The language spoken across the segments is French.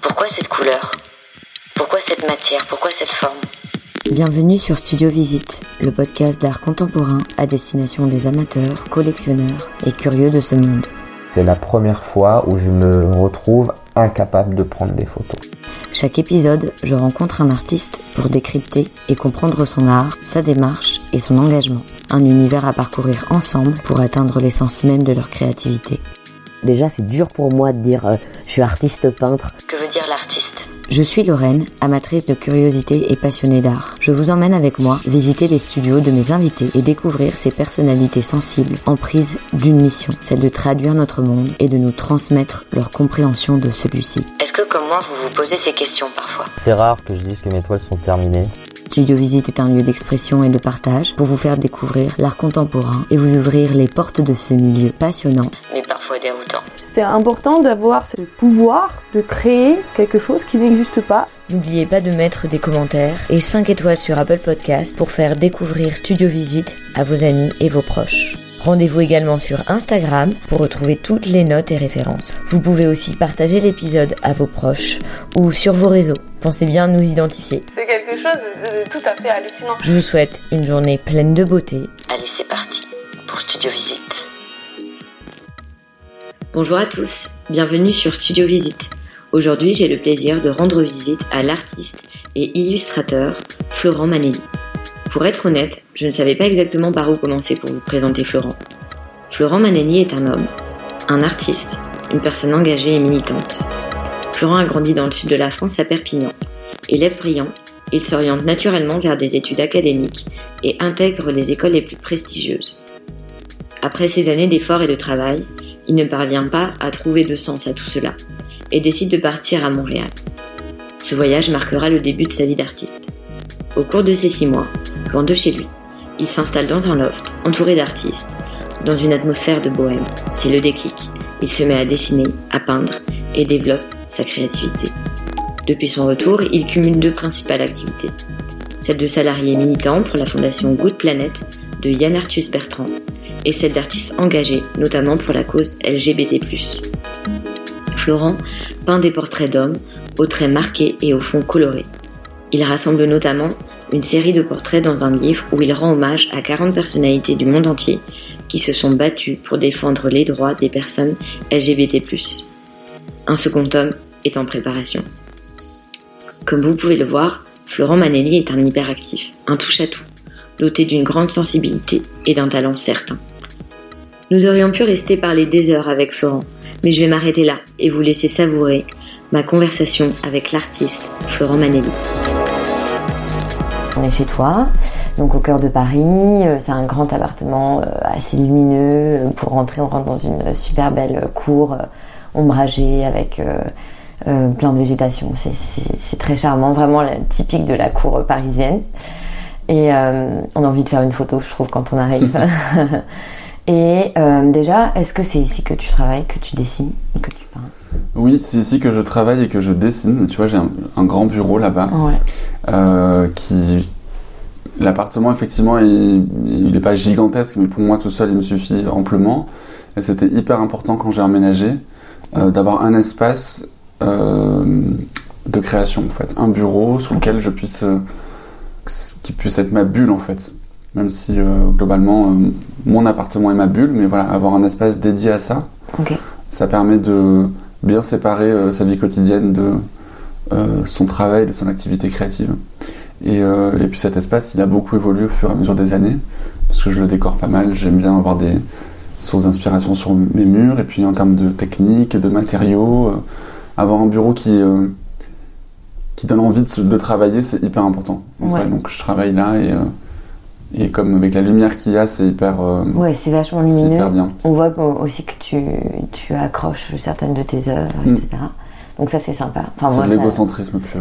Pourquoi cette couleur ? Pourquoi cette matière ? Pourquoi cette forme ? Bienvenue sur Studio Visite, le podcast d'art contemporain à destination des amateurs, collectionneurs et curieux de ce monde. C'est la première fois où je me retrouve incapable de prendre des photos. Chaque épisode, je rencontre un artiste pour décrypter et comprendre son art, sa démarche et son engagement. Un univers à parcourir ensemble pour atteindre l'essence même de leur créativité. Déjà, c'est dur pour moi de dire je suis artiste peintre. Que veut dire l'artiste ? Je suis Lorraine, amatrice de curiosité et passionnée d'art. Je vous emmène avec moi visiter les studios de mes invités et découvrir ces personnalités sensibles en prise d'une mission, celle de traduire notre monde et de nous transmettre leur compréhension de celui-ci. Est-ce que, comme moi, vous vous posez ces questions parfois ? C'est rare que je dise que mes toiles sont terminées. Studio Visite est un lieu d'expression et de partage pour vous faire découvrir l'art contemporain et vous ouvrir les portes de ce milieu passionnant, mais parfois déroutant. C'est important d'avoir ce pouvoir de créer quelque chose qui n'existe pas. N'oubliez pas de mettre des commentaires et 5 étoiles sur Apple Podcast pour faire découvrir Studio Visite à vos amis et vos proches. Rendez-vous également sur Instagram pour retrouver toutes les notes et références. Vous pouvez aussi partager l'épisode à vos proches ou sur vos réseaux. Pensez bien à nous identifier. C'est quelque chose de tout à fait hallucinant. Je vous souhaite une journée pleine de beauté. Allez, c'est parti pour Studio Visite. Bonjour à tous, bienvenue sur Studio Visite. Aujourd'hui, j'ai le plaisir de rendre visite à l'artiste et illustrateur Florent Manelli. Pour être honnête, je ne savais pas exactement par où commencer pour vous présenter Florent. Florent Manelli est un homme, un artiste, une personne engagée et militante. Florent a grandi dans le sud de la France à Perpignan. Élève brillant, il s'oriente naturellement vers des études académiques et intègre les écoles les plus prestigieuses. Après ces années d'efforts et de travail, il ne parvient pas à trouver de sens à tout cela et décide de partir à Montréal. Ce voyage marquera le début de sa vie d'artiste. Au cours de ces 6 mois, loin de chez lui, il s'installe dans un loft, entouré d'artistes, dans une atmosphère de bohème. C'est le déclic. Il se met à dessiner, à peindre et développe sa créativité. Depuis son retour, il cumule 2 principales activités. Celle de salarié militant pour la fondation Good Planet de Yann Arthus Bertrand et celle d'artiste engagé, notamment pour la cause LGBT+. Florent peint des portraits d'hommes, aux traits marqués et au fond coloré. Il rassemble notamment une série de portraits dans un livre où il rend hommage à 40 personnalités du monde entier qui se sont battues pour défendre les droits des personnes LGBT+. Un second tome est en préparation. Comme vous pouvez le voir, Florent Manelli est un hyperactif, un touche-à-tout, doté d'une grande sensibilité et d'un talent certain. Nous aurions pu rester parler des heures avec Florent, mais je vais m'arrêter là et vous laisser savourer ma conversation avec l'artiste Florent Manelli. On est chez toi, donc au cœur de Paris. C'est un grand appartement assez lumineux. Pour rentrer, on rentre dans une super belle cour ombragée avec plein de végétation. C'est très charmant, vraiment typique de la cour parisienne. Et on a envie de faire une photo, je trouve, quand on arrive. Et déjà, est-ce que c'est ici que tu travailles, que tu dessines, que tu peins ? Oui, c'est ici que je travaille et que je dessine. Tu vois, j'ai un grand bureau là-bas. Ouais. L'appartement, effectivement, il n'est pas gigantesque, mais pour moi, tout seul, il me suffit amplement. Et c'était hyper important quand j'ai emménagé d'avoir un espace de création, en fait. Un bureau sur lequel qui puisse être ma bulle, en fait. Même si, globalement, mon appartement est ma bulle, mais voilà, avoir un espace dédié à ça, Okay. Ça permet de bien séparer sa vie quotidienne de son travail, de son activité créative. Et puis cet espace, il a beaucoup évolué au fur et à mesure des années, parce que je le décore pas mal. J'aime bien avoir des sources d'inspiration sur mes murs, et puis en termes de technique, de matériaux, avoir un bureau qui donne envie de travailler, c'est hyper important. Ouais. Donc je travaille là, et comme avec la lumière qu'il y a, c'est hyper... Ouais, c'est vachement lumineux. C'est hyper bien. On voit aussi que tu accroches certaines de tes œuvres, etc. Donc ça, c'est sympa. Enfin, c'est moi, de l'égocentrisme pur.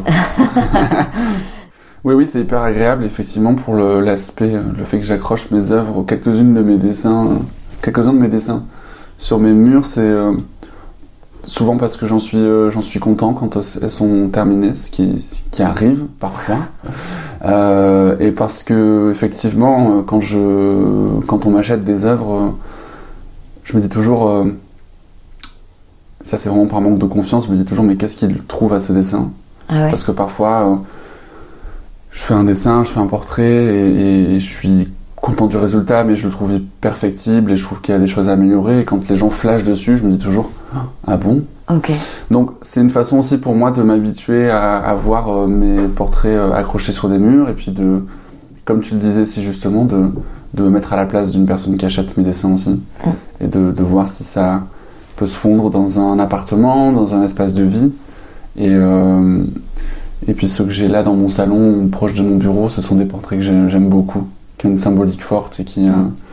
Oui, c'est hyper agréable, effectivement, pour l'aspect, le fait que j'accroche mes œuvres, quelques-uns de mes dessins sur mes murs, c'est souvent parce que j'en suis content quand elles sont terminées, ce qui arrive parfois. Et parce que, effectivement, quand on m'achète des œuvres, je me dis toujours, ça c'est vraiment par manque de confiance, je me dis toujours mais qu'est-ce qu'il trouve à ce dessin? Ah ouais. Parce que parfois je fais un dessin, je fais un portrait et je suis content du résultat, mais je le trouve perfectible et je trouve qu'il y a des choses à améliorer. Et quand les gens flashent dessus, je me dis toujours ah bon? Ok. Donc c'est une façon aussi pour moi de m'habituer à voir mes portraits accrochés sur des murs et puis de, comme tu le disais si justement, de me mettre à la place d'une personne qui achète mes dessins aussi et de voir si ça peut se fondre dans un appartement, dans un espace de vie. Et puis ceux que j'ai là dans mon salon, proche de mon bureau, ce sont des portraits que j'aime beaucoup, qui ont une symbolique forte et qui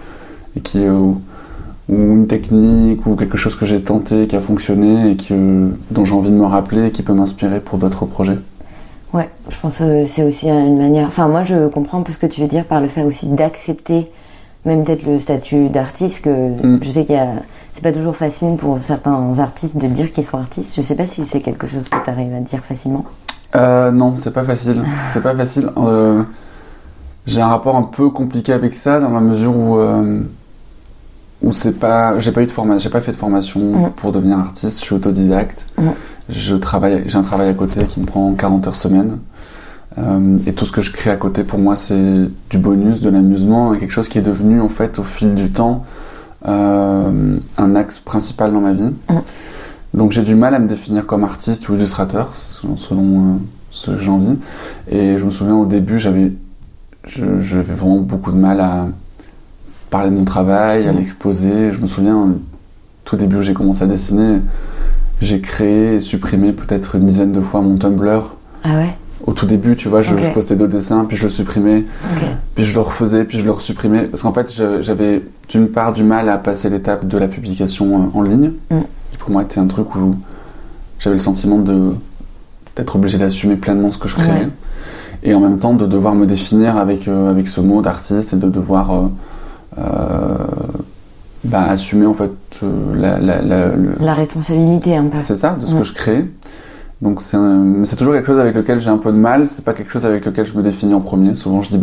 ou une technique ou quelque chose que j'ai tenté, qui a fonctionné et dont j'ai envie de me rappeler et qui peut m'inspirer pour d'autres projets. Ouais, je pense que c'est aussi une manière... Enfin, moi, je comprends un peu ce que tu veux dire par le fait aussi d'accepter même peut-être le statut d'artiste, que je sais c'est pas toujours facile pour certains artistes de dire qu'ils sont artistes. Je sais pas si c'est quelque chose que tu arrives à dire facilement. Non, c'est pas facile. C'est pas facile. J'ai un rapport un peu compliqué avec ça dans la mesure où c'est pas, j'ai pas fait de formation pour devenir artiste. Je suis autodidacte. J'ai un travail à côté qui me prend 40 heures semaine. Et tout ce que je crée à côté, pour moi, c'est du bonus, de l'amusement, et quelque chose qui est devenu, en fait, au fil du temps, un axe principal dans ma vie. Donc j'ai du mal à me définir comme artiste ou illustrateur, selon ce que j'ai envie. Et je me souviens, au début, j'avais vraiment beaucoup de mal à parler de mon travail, à l'exposer. Je me souviens, tout début où j'ai commencé à dessiner, j'ai créé et supprimé peut-être une dizaine de fois mon Tumblr. Ah ouais? Au tout début, tu vois, je postais 2 dessins, puis je le supprimais, puis je le refaisais, puis je le resupprimais. Parce qu'en fait, j'avais d'une part du mal à passer l'étape de la publication en ligne. Qui pour moi était un truc où j'avais le sentiment d'être obligé d'assumer pleinement ce que je créais. Et en même temps de devoir me définir avec ce mot d'artiste et de devoir assumer en fait la responsabilité un peu. C'est ça, de ce que je crée. Donc mais c'est toujours quelque chose avec lequel j'ai un peu de mal. C'est pas quelque chose avec lequel je me définis en premier. Souvent je dis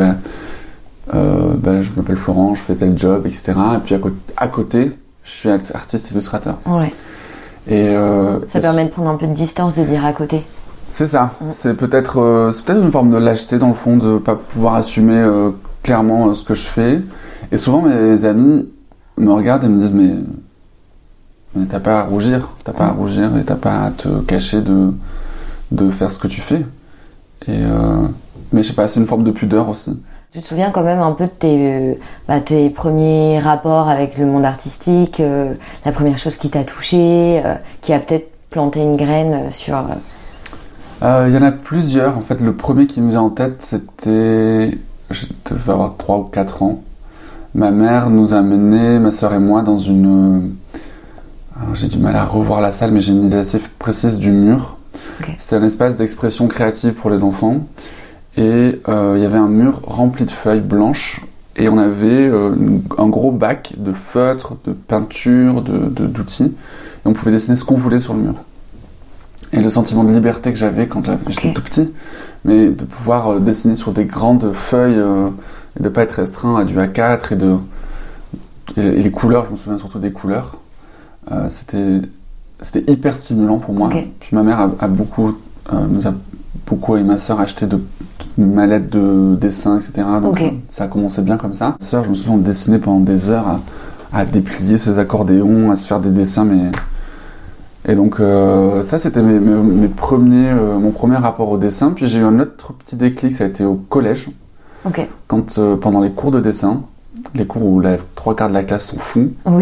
je m'appelle Florent, je fais tel job, etc. Et puis à côté, je suis artiste illustrateur. Ouais. Et ça permet de prendre un peu de distance, de dire à côté. C'est ça. C'est peut-être une forme de lâcheté dans le fond, de pas pouvoir assumer clairement ce que je fais. Et souvent mes amis me regardent et me disent mais t'as pas à rougir, et t'as pas à te cacher de faire ce que tu fais. Mais je sais pas, c'est une forme de pudeur aussi. Tu te souviens quand même un peu de tes premiers rapports avec le monde artistique, la première chose qui t'a touché, qui a peut-être planté une graine sur... Il y en a plusieurs. En fait, le premier qui me vient en tête, c'était... Je devais avoir 3 ou 4 ans. Ma mère nous a amenés, ma sœur et moi, dans une... Alors, j'ai du mal à revoir la salle, mais j'ai une idée assez précise du mur. C'est un espace d'expression créative pour les enfants. Et il y avait un mur rempli de feuilles blanches. Et on avait un gros bac de feutres, de peinture, d'outils. Et on pouvait dessiner ce qu'on voulait sur le mur. Et le sentiment de liberté que j'avais quand j'étais tout petit, mais de pouvoir dessiner sur des grandes feuilles et de ne pas être restreint à du A4 et les couleurs, je me souviens surtout des couleurs. C'était hyper stimulant pour moi. Puis ma mère nous a beaucoup et ma sœur acheté de mallettes de dessin, etc. Donc ça a commencé bien comme ça. Ma sœur, je me souviens, on dessinait pendant des heures à déplier ses accordéons, à se faire des dessins, mais... Et donc ça c'était mon premier rapport au dessin. Puis j'ai eu un autre petit déclic, ça a été au collège. Quand pendant les cours de dessin, les cours où 3/4 de la classe sont fous. Oui.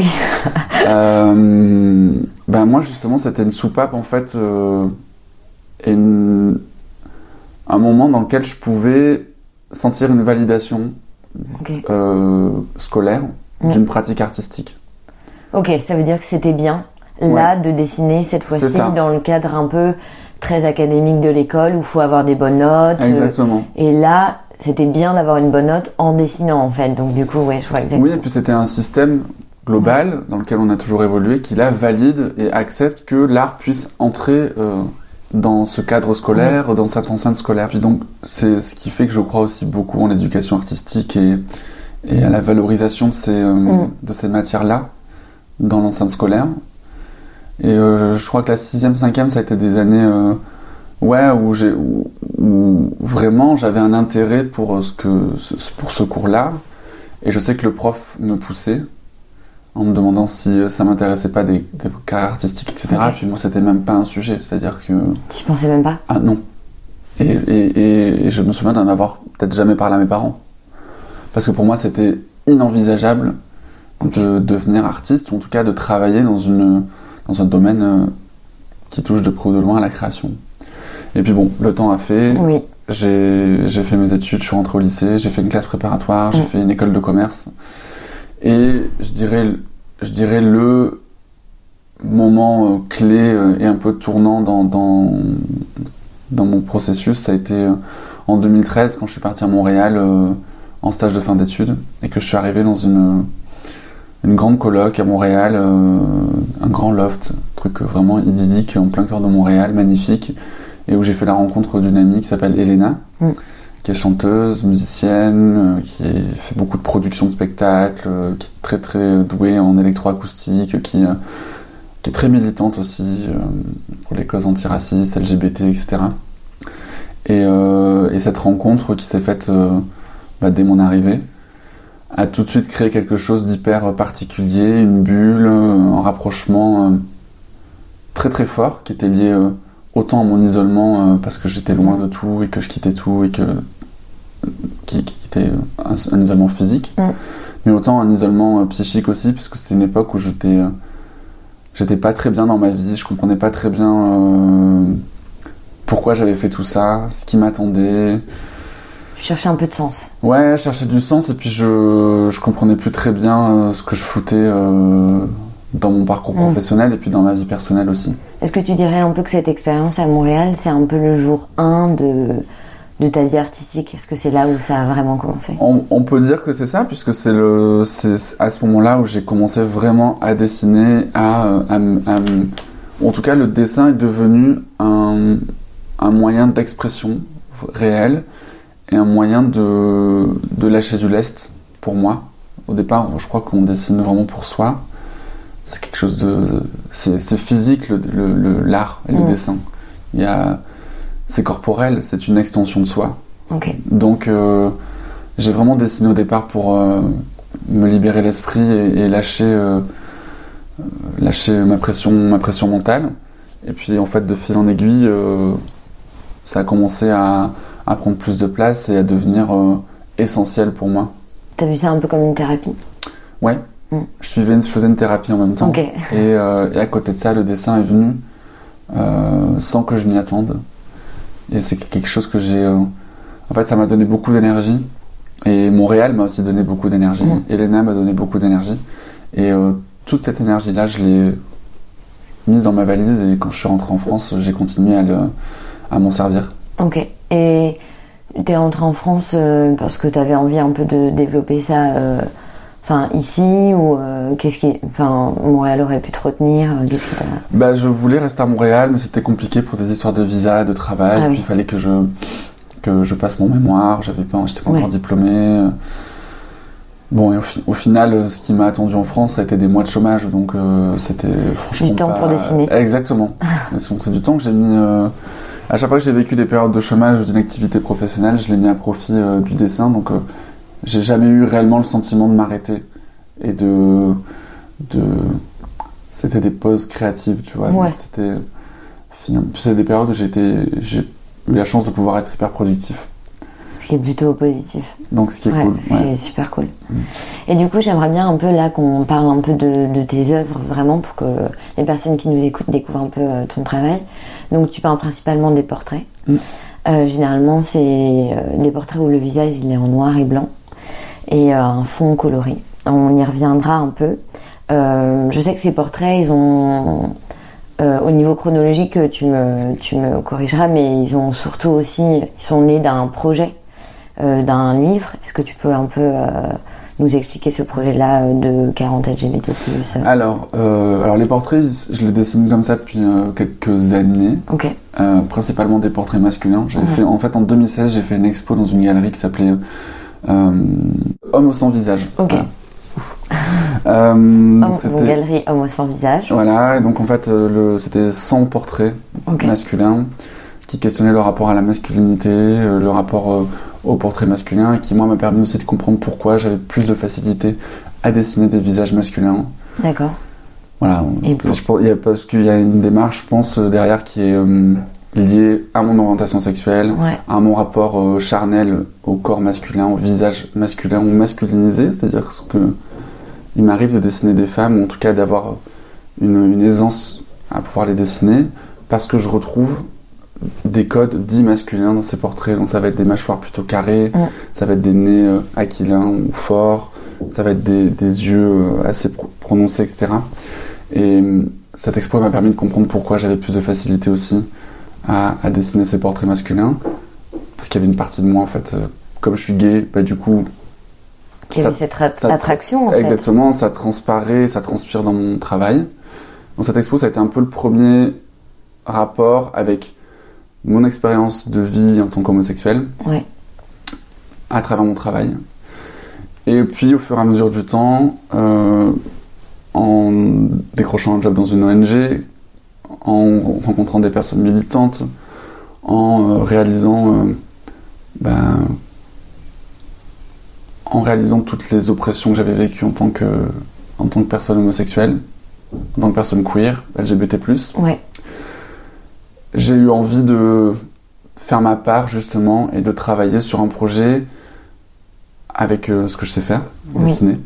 Moi justement c'était une soupape en fait, un moment dans lequel je pouvais sentir une validation scolaire d'une pratique artistique. Ça veut dire que c'était bien de dessiner cette fois-ci dans le cadre un peu très académique de l'école où il faut avoir des bonnes notes. Exactement. Et là, c'était bien d'avoir une bonne note en dessinant en fait. Donc du coup, je vois exactement. Oui, et puis c'était un système global dans lequel on a toujours évolué qui là valide et accepte que l'art puisse entrer dans ce cadre scolaire, dans cette enceinte scolaire. Puis donc c'est ce qui fait que je crois aussi beaucoup en l'éducation artistique et à la valorisation de ces matières-là dans l'enceinte scolaire. Et je crois que la 6e, 5e, ça a été des années où vraiment j'avais un intérêt pour ce cours-là. Et je sais que le prof me poussait en me demandant si ça m'intéressait pas des carrières artistiques, etc. Okay. Puis moi, c'était même pas un sujet. C'est-à-dire que... Tu pensais même pas? Ah non. Et je me souviens d'en avoir peut-être jamais parlé à mes parents. Parce que pour moi, c'était inenvisageable de devenir artiste, ou en tout cas de travailler dans un domaine qui touche de près ou de loin à la création. Et puis bon, le temps a fait. Oui. J'ai fait mes études, je suis rentré au lycée, j'ai fait une classe préparatoire, j'ai fait une école de commerce. Et je dirais le moment clé et un peu tournant dans mon processus, ça a été en 2013 quand je suis parti à Montréal en stage de fin d'études et que je suis arrivé dans une grande coloc à Montréal, un grand loft, un truc vraiment idyllique en plein cœur de Montréal, magnifique, et où j'ai fait la rencontre d'une amie qui s'appelle Elena, qui est chanteuse, musicienne, qui fait beaucoup de productions de spectacles, qui est très très douée en électroacoustique, qui est très militante aussi pour les causes antiracistes, LGBT, etc. Et cette rencontre qui s'est faite dès mon arrivée a tout de suite créé quelque chose d'hyper particulier, une bulle, un rapprochement très très fort qui était lié autant à mon isolement parce que j'étais loin de tout et que je quittais tout et qui était un isolement physique, mais autant un isolement psychique aussi, puisque c'était une époque où j'étais pas très bien dans ma vie, je comprenais pas très bien pourquoi j'avais fait tout ça, ce qui m'attendait. Tu cherchais un peu de sens. Ouais, je cherchais du sens et puis je comprenais plus très bien ce que je foutais dans mon parcours professionnel et puis dans ma vie personnelle aussi. Est-ce que tu dirais un peu que cette expérience à Montréal, c'est un peu le jour 1 de ta vie artistique? Est-ce que c'est là où ça a vraiment commencé? On peut dire que c'est ça, puisque c'est à ce moment-là où j'ai commencé vraiment à dessiner, en tout cas le dessin est devenu un moyen d'expression réel et un moyen de lâcher du lest pour moi. Au départ, je crois qu'on dessine vraiment pour soi. C'est quelque chose c'est physique, l'art et le dessin. C'est corporel, c'est une extension de soi. Okay. Donc j'ai vraiment dessiné au départ pour me libérer l'esprit et lâcher ma pression mentale. Et puis en fait, de fil en aiguille, ça a commencé à prendre plus de place et à devenir essentiel pour moi. T'as vu ça un peu comme une thérapie? Ouais. Je faisais une thérapie en même temps. Okay. Et à côté de ça, le dessin est venu sans que je m'y attende. Et c'est quelque chose que j'ai... En fait, ça m'a donné beaucoup d'énergie. Et Montréal m'a aussi donné beaucoup d'énergie. Elena m'a donné beaucoup d'énergie. Et toute cette énergie-là, je l'ai mise dans ma valise. Et quand je suis rentré en France, j'ai continué à m'en servir. Ok. Et t'es rentré en France parce que t'avais envie un peu de développer ça ici ou Montréal aurait pu te retenir je voulais rester à Montréal, mais c'était compliqué pour des histoires de visa, de travail. Puis il fallait que je passe mon mémoire. J'étais pas encore diplômé. Bon, et au final, ce qui m'a attendu en France, ça a été des mois de chômage, donc c'était franchement du temps pour dessiner. Exactement. C'est du temps que j'ai mis. À chaque fois que j'ai vécu des périodes de chômage ou d'inactivité professionnelle, je l'ai mis à profit du dessin, donc j'ai jamais eu réellement le sentiment de m'arrêter et c'était des pauses créatives, tu vois. Ouais. C'était des périodes où j'ai eu la chance de pouvoir être hyper productif. Ce qui est plutôt positif. Donc ce qui est cool. C'est super cool. Et du coup, j'aimerais bien un peu là qu'on parle un peu de tes œuvres, vraiment, pour que les personnes qui nous écoutent découvrent un peu ton travail. Donc tu peins principalement des portraits. Généralement, c'est des portraits où le visage il est en noir et blanc et un fond coloré. On y reviendra un peu. Je sais que ces portraits, ils ont... au niveau chronologique, tu me corrigeras, mais ils ont surtout aussi... Ils sont nés d'un projet, d'un livre. Est-ce que tu peux un peu nous expliquer ce projet-là de 40 LGBT+. Alors les portraits, je les dessine comme ça depuis quelques années. Ok. Principalement des portraits masculins. En fait, en 2016, j'ai fait une expo dans une galerie qui s'appelait Homme sans visage. Ok. Voilà. Une galerie Homo sans visage. Voilà, et donc en fait, c'était 100 portraits masculins qui questionnaient le rapport à la masculinité, le rapport au portrait masculin, et qui, moi, m'a permis aussi de comprendre pourquoi j'avais plus de facilité à dessiner des visages masculins. D'accord. Voilà, parce qu'il y a une démarche, je pense, derrière qui est liée à mon orientation sexuelle, à mon rapport charnel au corps masculin, au visage masculin ou masculinisé, c'est-à-dire que il m'arrive de dessiner des femmes, ou en tout cas d'avoir une aisance à pouvoir les dessiner, parce que je retrouve des codes dits masculins dans ces portraits. Donc ça va être des mâchoires plutôt carrées, ça va être des nez aquilins ou forts, ça va être des yeux assez prononcés, etc. Et cette expo m'a permis de comprendre pourquoi j'avais plus de facilité aussi à dessiner ces portraits masculins, parce qu'il y avait une partie de moi, en fait, comme je suis gay, du coup... Il y avait cette attraction, en fait. Exactement, ça transparaît, ça transpire dans mon travail. Donc cette expo, ça a été un peu le premier rapport avec mon expérience de vie en tant qu'homosexuel, à travers mon travail. Et puis, au fur et à mesure du temps, en décrochant un job dans une ONG, en rencontrant des personnes militantes, en réalisant toutes les oppressions que j'avais vécues en tant que personne homosexuelle, en tant que personne queer, LGBT+. J'ai eu envie de faire ma part, justement, et de travailler sur un projet avec ce que je sais faire, dessiner.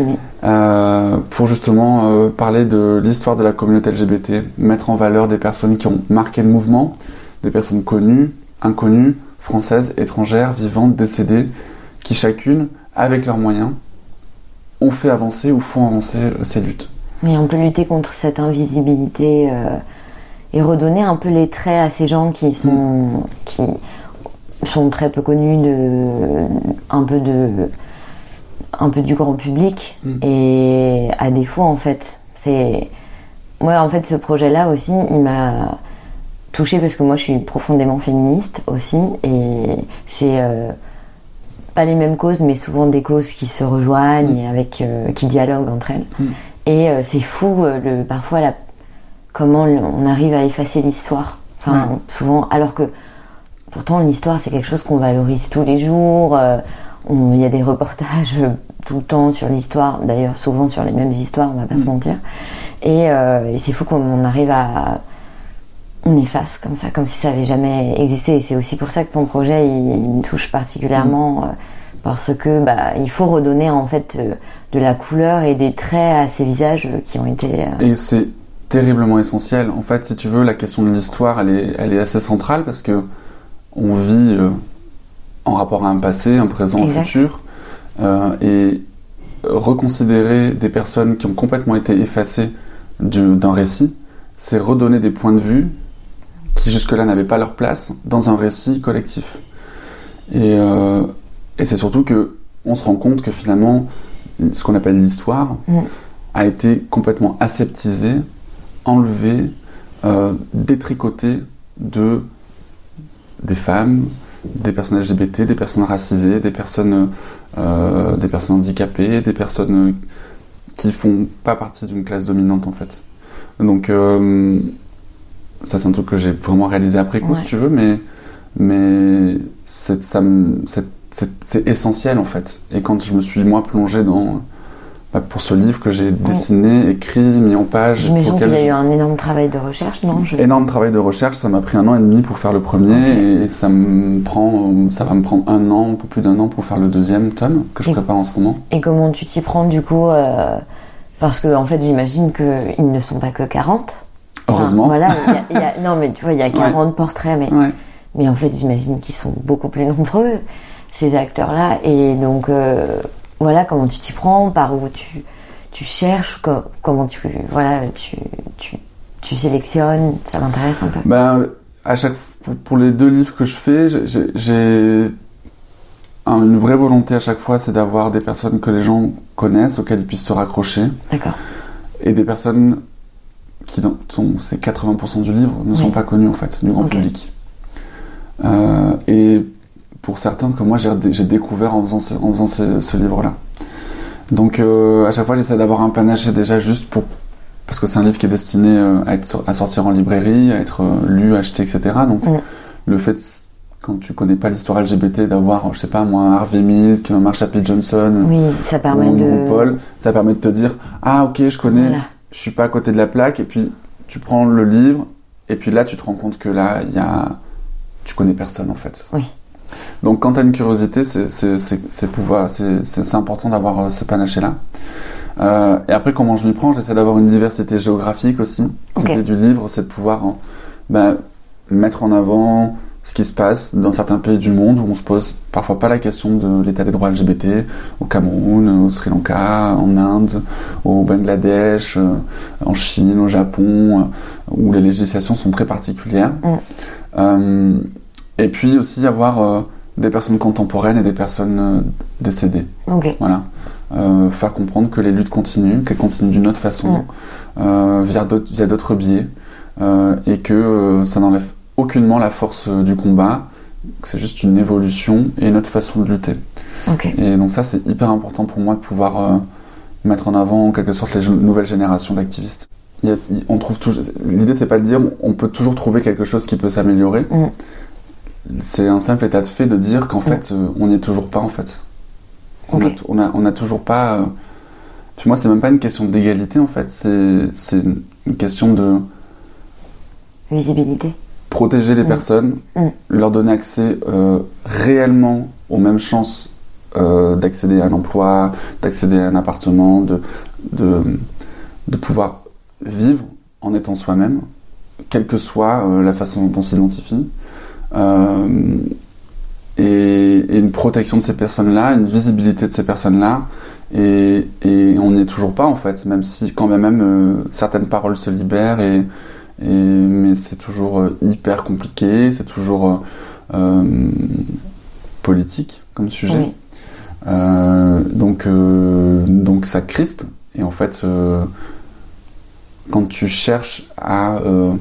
Pour justement parler de l'histoire de la communauté LGBT, mettre en valeur des personnes qui ont marqué le mouvement, des personnes connues, inconnues, françaises, étrangères, vivantes, décédées, qui chacune, avec leurs moyens, ont fait avancer ou font avancer ces luttes. Mais on peut lutter contre cette invisibilité et redonner un peu les traits à ces gens qui sont très peu connus un peu du grand public, et à défaut, en fait, ce projet-là aussi, il m'a touchée parce que moi je suis profondément féministe aussi, et c'est pas les mêmes causes, mais souvent des causes qui se rejoignent et qui dialoguent entre elles. Et c'est fou parfois comment on arrive à effacer l'histoire. Souvent, alors que pourtant l'histoire c'est quelque chose qu'on valorise tous les jours. Il y a des reportages tout le temps sur l'histoire, d'ailleurs souvent sur les mêmes histoires, on va pas se mentir. Et c'est fou qu'on arrive on efface comme ça, comme si ça avait jamais existé. Et c'est aussi pour ça que ton projet il me touche particulièrement, parce que il faut redonner en fait de la couleur et des traits à ces visages qui ont été... Et c'est terriblement essentiel. En fait, si tu veux, la question de l'histoire, elle est assez centrale, parce que on vit en rapport à un passé, un présent, un futur, et reconsidérer des personnes qui ont complètement été effacées d'un récit, c'est redonner des points de vue qui jusque-là n'avaient pas leur place dans un récit collectif. Et c'est surtout qu'on se rend compte que finalement, ce qu'on appelle l'histoire a été complètement aseptisée, enlevée, détricotée des femmes, des personnes LGBT, des personnes racisées, des personnes handicapées, des personnes qui font pas partie d'une classe dominante, en fait. Donc ça c'est un truc que j'ai vraiment réalisé après coup, si tu veux, mais c'est essentiel, en fait. Et quand je me suis moi plongé pour ce livre que j'ai dessiné, écrit, mis en page... J'imagine qu'il y a eu un énorme travail de recherche, non ? Énorme travail de recherche, ça m'a pris 1 an et demi pour faire le premier, et ça va me prendre 1 an, un peu plus d'1 an pour faire le 2e tome, que je prépare en ce moment. Et comment tu t'y prends, du coup parce que, en fait, j'imagine qu'ils ne sont pas que 40. Heureusement. Voilà, non, mais tu vois, il y a 40 portraits, mais en fait, j'imagine qu'ils sont beaucoup plus nombreux, ces acteurs-là, et donc... Voilà, comment tu t'y prends, par où tu cherches, comment tu sélectionnes, ça m'intéresse un peu. Pour les 2 livres que je fais, j'ai une vraie volonté à chaque fois, c'est d'avoir des personnes que les gens connaissent, auxquelles ils puissent se raccrocher. D'accord. Et des personnes qui c'est 80% du livre, ne sont pas connues, en fait, du grand public. Et pour certains que moi j'ai découvert en faisant ce livre-là. Donc à chaque fois j'essaie d'avoir un panaché déjà juste parce que c'est un livre qui est destiné à sortir en librairie, à être lu, acheté, etc. Donc le fait, quand tu connais pas l'histoire LGBT, d'avoir, je sais pas moi, Harvey Milk, Marsha P. Johnson, ça permet Paul, ça permet de te dire ah ok je connais, je suis pas à côté de la plaque, et puis tu prends le livre et puis là tu te rends compte que là tu connais personne en fait. Oui. Donc quand tu as une curiosité, c'est important d'avoir ce panaché-là. Et après, comment je m'y prends, j'essaie d'avoir une diversité géographique aussi. L'idée du livre, c'est de pouvoir mettre en avant ce qui se passe dans certains pays du monde où on se pose parfois pas la question de l'état des droits LGBT, au Cameroun, au Sri Lanka, en Inde, au Bangladesh, en Chine, au Japon, où les législations sont très particulières. Et puis aussi avoir des personnes contemporaines et des personnes décédées. Voilà. Faire comprendre que les luttes continuent, qu'elles continuent d'une autre façon, via d'autres biais, et que ça n'enlève aucunement la force du combat, que c'est juste une évolution et une autre façon de lutter. Et donc ça, c'est hyper important pour moi de pouvoir mettre en avant en quelque sorte les nouvelles générations d'activistes. L'idée, c'est pas de dire on peut toujours trouver quelque chose qui peut s'améliorer. C'est un simple état de fait de dire qu'en fait, on n'y est toujours pas en fait. On a toujours pas. Puis moi, c'est même pas une question d'égalité en fait. C'est une question de visibilité. Protéger les personnes, leur donner accès réellement aux mêmes chances d'accéder à un emploi, d'accéder à un appartement, de pouvoir vivre en étant soi-même, quelle que soit la façon dont on s'identifie. Et une protection de ces personnes-là, une visibilité de ces personnes-là, et on n'y est toujours pas en fait, même si quand même certaines paroles se libèrent, mais c'est toujours hyper compliqué, c'est toujours politique comme sujet. Donc ça crispe, et en fait quand tu cherches à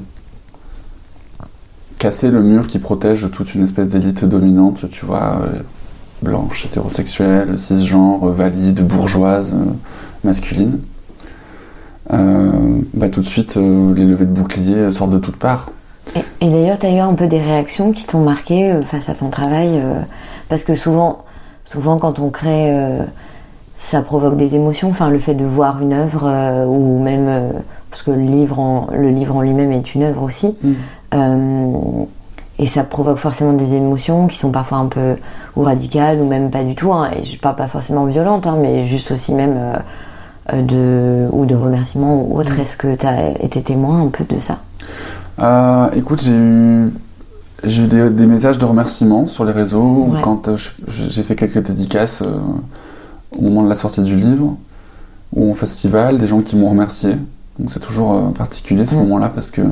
casser le mur qui protège toute une espèce d'élite dominante, tu vois, blanche, hétérosexuelle, cisgenre, valide, bourgeoise, masculine, tout de suite les levées de boucliers sortent de toutes parts. Et d'ailleurs, tu as eu un peu des réactions qui t'ont marqué face à ton travail, parce que souvent quand on crée, ça provoque des émotions, enfin le fait de voir une œuvre, ou même parce que le livre en lui-même est une œuvre aussi. Et ça provoque forcément des émotions qui sont parfois un peu ou radicales ou même pas du tout, et je parle pas forcément violentes, mais juste aussi même de remerciements ou autre. Est-ce que tu as été témoin un peu de ça? Écoute, j'ai eu des messages de remerciements sur les réseaux quand j'ai fait quelques dédicaces au moment de la sortie du livre ou au festival, des gens qui m'ont remercié. Donc c'est toujours particulier ce moment-là, parce que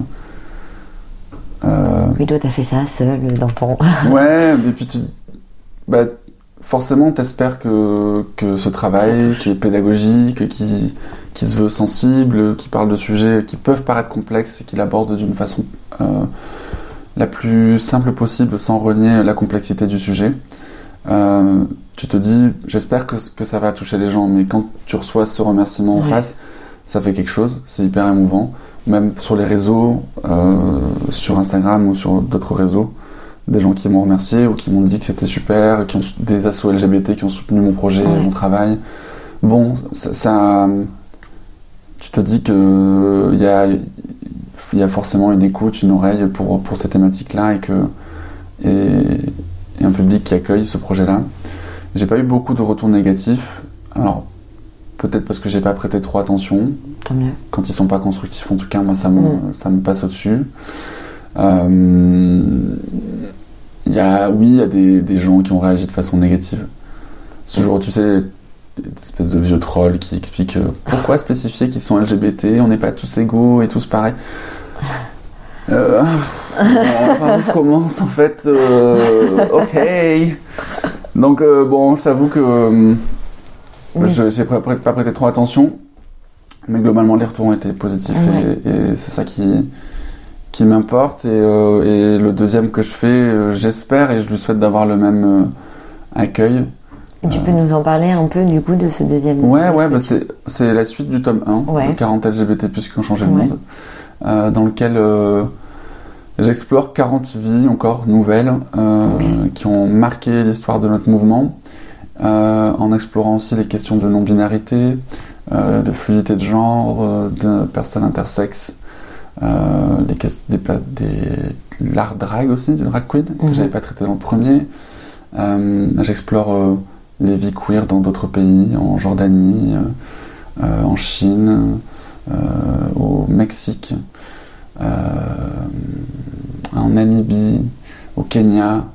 oui, toi t'as fait ça seul dans ton... Ouais, et puis forcément t'espères que ce travail qui est pédagogique, qui se veut sensible, qui parle de sujets qui peuvent paraître complexes et qui l'aborde d'une façon la plus simple possible sans renier la complexité du sujet, tu te dis j'espère que ça va toucher les gens, mais quand tu reçois ce remerciement en face, ça fait quelque chose, c'est hyper émouvant. Même sur les réseaux, sur Instagram ou sur d'autres réseaux, des gens qui m'ont remercié ou qui m'ont dit que c'était super, des assos LGBT qui ont soutenu mon projet, mon travail. Bon, ça tu te dis que il y a forcément une écoute, une oreille pour ces thématiques-là, et un public qui accueille ce projet-là. J'ai pas eu beaucoup de retours négatifs. Alors peut-être parce que j'ai pas prêté trop attention. Tant mieux. Quand ils sont pas constructifs, en tout cas, moi ça me passe au-dessus. Il y a des gens qui ont réagi de façon négative. Ce jour, tu sais, des espèces de vieux trolls qui expliquent pourquoi spécifier qu'ils sont LGBT, on n'est pas tous égaux et tous pareils. Par où je commence en fait. Ok. Donc je t'avoue que j'ai pas prêté trop attention, mais globalement les retours ont été positifs, et c'est ça qui m'importe, et le deuxième que je fais, j'espère et je lui souhaite d'avoir le même accueil. Et tu peux nous en parler un peu du coup de ce deuxième Ouais, bah c'est la suite du tome 1, de 40 LGBT+, qui ont changé le monde, dans lequel j'explore 40 vies encore nouvelles qui ont marqué l'histoire de notre mouvement, en explorant aussi les questions de non-binarité, de fluidité de genre, de personnes intersexes, l'art drag aussi, du drag queen, que j'avais pas traité dans le premier. J'explore les vies queer dans d'autres pays, en Jordanie, en Chine, au Mexique, en Namibie, au Kenya,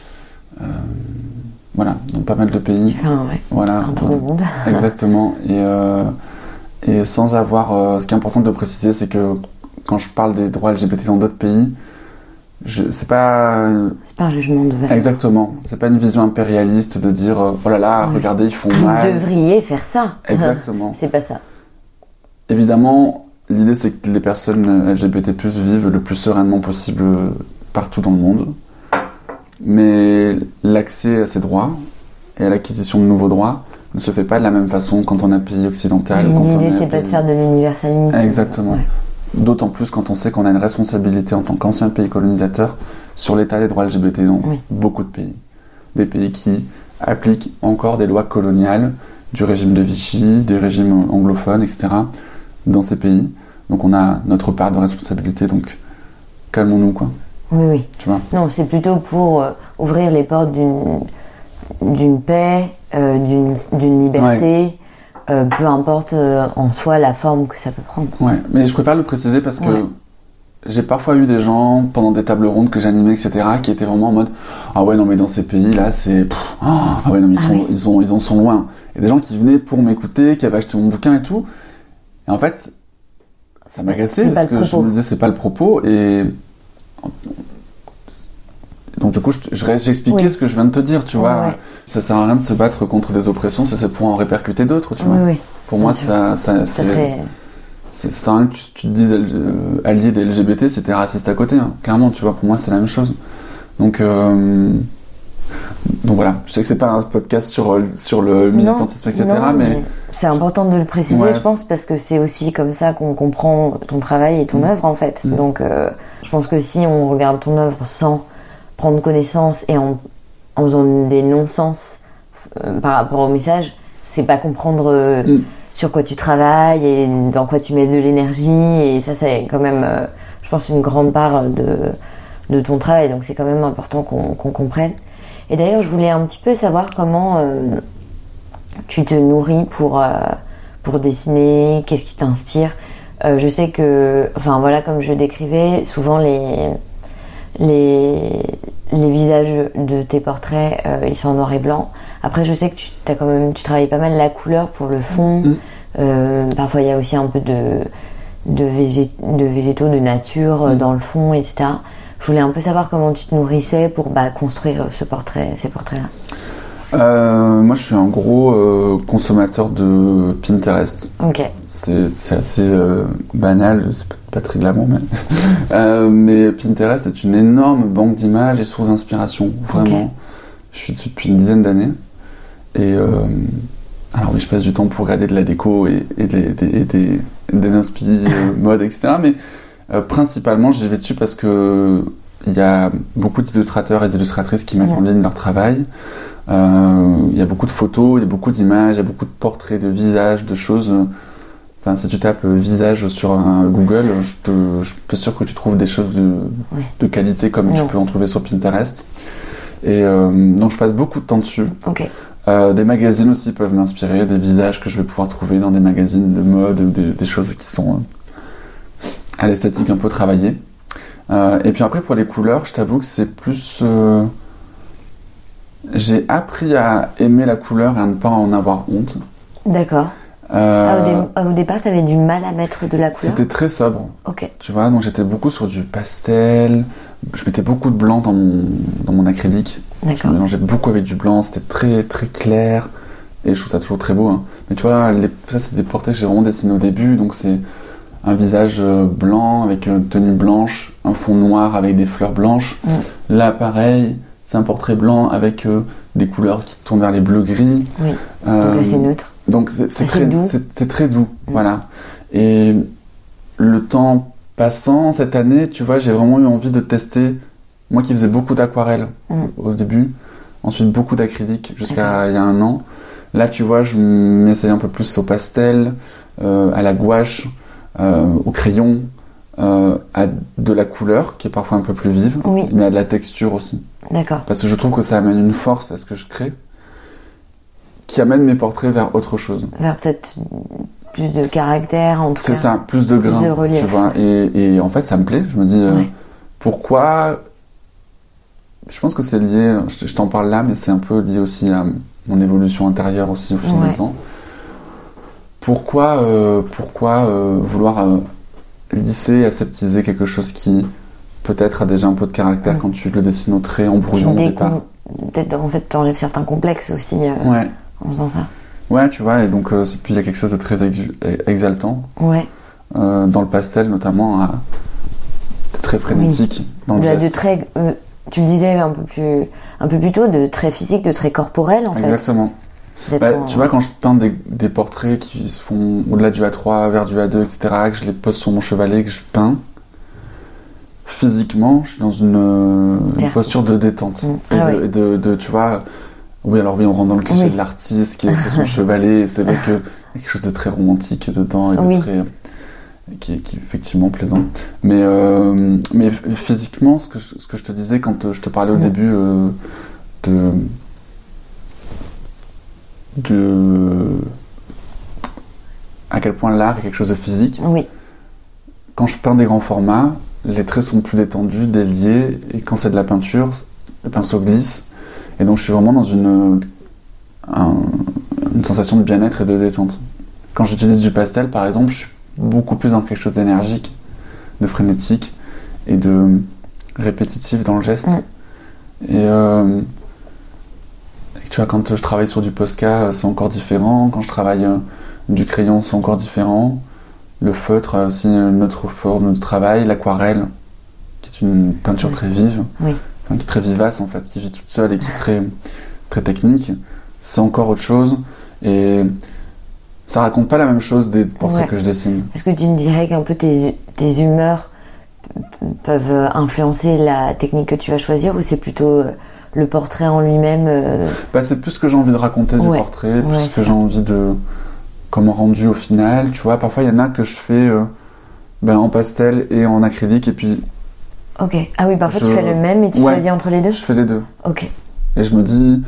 voilà, dans pas mal de pays. Voilà, un tour du monde. Exactement. Et sans avoir, ce qui est important de préciser, c'est que quand je parle des droits LGBT dans d'autres pays, c'est pas un jugement de valeur. Exactement. C'est pas une vision impérialiste de dire oh là là, regardez, ils font mal. Vous devriez faire ça. Exactement. C'est pas ça. Évidemment, l'idée c'est que les personnes LGBT+ vivent le plus sereinement possible partout dans le monde. Mais l'accès à ces droits et à l'acquisition de nouveaux droits ne se fait pas de la même façon quand on est un pays occidental. L'idée c'est pas de faire de l'universalisme. Exactement. Ouais. D'autant plus quand on sait qu'on a une responsabilité en tant qu'ancien pays colonisateur sur l'état des droits LGBT dans beaucoup de pays. Des pays qui appliquent encore des lois coloniales du régime de Vichy, des régimes anglophones, etc. dans ces pays. Donc on a notre part de responsabilité, donc calmons-nous, quoi. Oui. Tu vois ? Non, c'est plutôt pour ouvrir les portes d'une paix, d'une liberté. Peu importe en soi la forme que ça peut prendre. Ouais, mais je préfère le préciser parce que j'ai parfois eu des gens pendant des tables rondes que j'animais, etc., qui étaient vraiment en mode ah ouais non mais dans ces pays là c'est ah ouais non mais ils en sont loin. Et des gens qui venaient pour m'écouter, qui avaient acheté mon bouquin et tout. Et en fait ça m'agaçait parce que je me disais c'est pas le propos et donc du coup j'expliquais ce que je viens de te dire, tu vois. Ça sert à rien de se battre contre des oppressions, c'est pour en répercuter d'autres, tu vois. Pour moi, ça serait rien que tu te dises allié des LGBT, c'était raciste à côté, hein. Clairement, tu vois. Pour moi, c'est la même chose. Donc voilà. Je sais que c'est pas un podcast sur le militantisme, etc. mais c'est important de le préciser, je pense, parce que c'est aussi comme ça qu'on comprend ton travail et ton œuvre, en fait. Donc, je pense que si on regarde ton œuvre sans prendre connaissance et en faisant des non-sens par rapport au message, c'est pas comprendre sur quoi tu travailles et dans quoi tu mets de l'énergie, et ça c'est quand même je pense une grande part de ton travail, donc c'est quand même important qu'on comprenne. Et d'ailleurs je voulais un petit peu savoir comment tu te nourris pour dessiner, qu'est-ce qui t'inspire. Je sais que, enfin voilà, comme je décrivais, souvent les visages de tes portraits, ils sont en noir et blanc. Après, je sais que tu travailles pas mal la couleur pour le fond. Parfois, il y a aussi un peu de végétaux, de nature dans le fond, etc. Je voulais un peu savoir comment tu te nourrissais pour construire ces portraits-là. Moi, je suis un gros consommateur de Pinterest. Ok. C'est assez banal, c'est pas très glamour, mais Pinterest est une énorme banque d'images et source d'inspiration, vraiment. Okay. Je suis dessus depuis une dizaine d'années. Et alors oui, je passe du temps pour regarder de la déco et des inspi mode, etc. Mais principalement, j'y vais dessus parce que il y a beaucoup d'illustrateurs et d'illustratrices qui mettent en ligne leur travail. Il y a beaucoup de photos, il y a beaucoup d'images, il y a beaucoup de portraits, de visages, de choses. Enfin, si tu tapes visage sur Google, je suis sûr que tu trouves des choses de qualité comme tu peux en trouver sur Pinterest. Et donc je passe beaucoup de temps dessus. Okay. Des magazines aussi peuvent m'inspirer, des visages que je vais pouvoir trouver dans des magazines de mode, ou des choses qui sont à l'esthétique un peu travaillées. Et puis après pour les couleurs, je t'avoue que c'est plus... J'ai appris à aimer la couleur et à ne pas en avoir honte. D'accord. Au départ, tu avais du mal à mettre de la couleur ? C'était très sobre. Ok. Tu vois, donc j'étais beaucoup sur du pastel. Je mettais beaucoup de blanc dans mon acrylique. D'accord. Je mélangeais beaucoup avec du blanc. C'était très, très clair. Et je trouve ça toujours très beau. Hein. Mais tu vois, ça, c'est des portraits que j'ai vraiment dessinés au début. Donc c'est un visage blanc avec une tenue blanche, un fond noir avec des fleurs blanches. Là, pareil. C'est un portrait blanc avec des couleurs qui tournent vers les bleus-gris. Oui, donc assez neutre. Donc c'est très doux. C'est très doux, voilà. Et le temps passant, cette année, tu vois, j'ai vraiment eu envie de tester, moi qui faisais beaucoup d'aquarelle au début, ensuite beaucoup d'acrylique jusqu'à il y a 1 an. Là, tu vois, je m'essaye un peu plus au pastel, à la gouache, au crayon, à de la couleur qui est parfois un peu plus vive, mais à de la texture aussi. D'accord. Parce que je trouve que ça amène une force à ce que je crée, qui amène mes portraits vers autre chose. Vers peut-être plus de caractère, en tout cas. C'est ça, plus de grain, de relief. tu vois. Et en fait, ça me plaît. Je me dis, pourquoi... Je pense que c'est lié, je t'en parle là, mais c'est un peu lié aussi à mon évolution intérieure aussi au fil des ans. Pourquoi vouloir lisser, aseptiser quelque chose qui peut-être a déjà un peu de caractère quand tu le dessines au trait en brouillon au départ. Peut-être en fait t'enlèves certains complexes aussi en faisant ça. Ouais, tu vois, et donc puis il y a quelque chose de très exaltant. Ouais. Dans le pastel notamment, de très frénétique dans le geste. De très, tu le disais un peu plus tôt, de très physique, de très corporel en fait. Exactement. Tu vois, quand je peins des portraits qui se font au-delà du A3, vers du A2, etc., que je les pose sur mon chevalet, que je peins, physiquement, je suis dans une posture de détente. Et de tu vois, oui, on rentre dans le cliché de l'artiste qui est sur son chevalet, et c'est vrai qu'il y a quelque chose de très romantique dedans, et de très... Qui est effectivement plaisant. Mais physiquement, ce que je te disais quand je te parlais au début à quel point l'art est quelque chose de physique. Oui. Quand je peins des grands formats, les traits sont plus détendus, déliés, et quand c'est de la peinture, le pinceau glisse. Et donc je suis vraiment dans une sensation de bien-être et de détente. Quand j'utilise du pastel, par exemple, je suis beaucoup plus dans quelque chose d'énergique, de frénétique et de répétitif dans le geste. Et tu vois, quand je travaille sur du Posca, c'est encore différent. Quand je travaille du crayon, c'est encore différent. Le feutre a aussi une autre forme de travail. L'aquarelle, qui est une peinture très vive, qui est très vivace en fait, qui vit toute seule et qui est très, très technique, c'est encore autre chose. Et ça raconte pas la même chose des portraits que je dessine. Est-ce que tu me dirais qu'un peu tes humeurs peuvent influencer la technique que tu vas choisir, ou c'est plutôt le portrait en lui-même c'est plus ce que j'ai envie de raconter du portrait, plus ce que j'ai envie de... comment rendu au final, tu vois. Parfois, il y en a que je fais en pastel et en acrylique, et puis... Ok. Ah oui, parfois tu fais le même et tu choisis entre les deux. Je fais les deux. Ok. Et je me dis...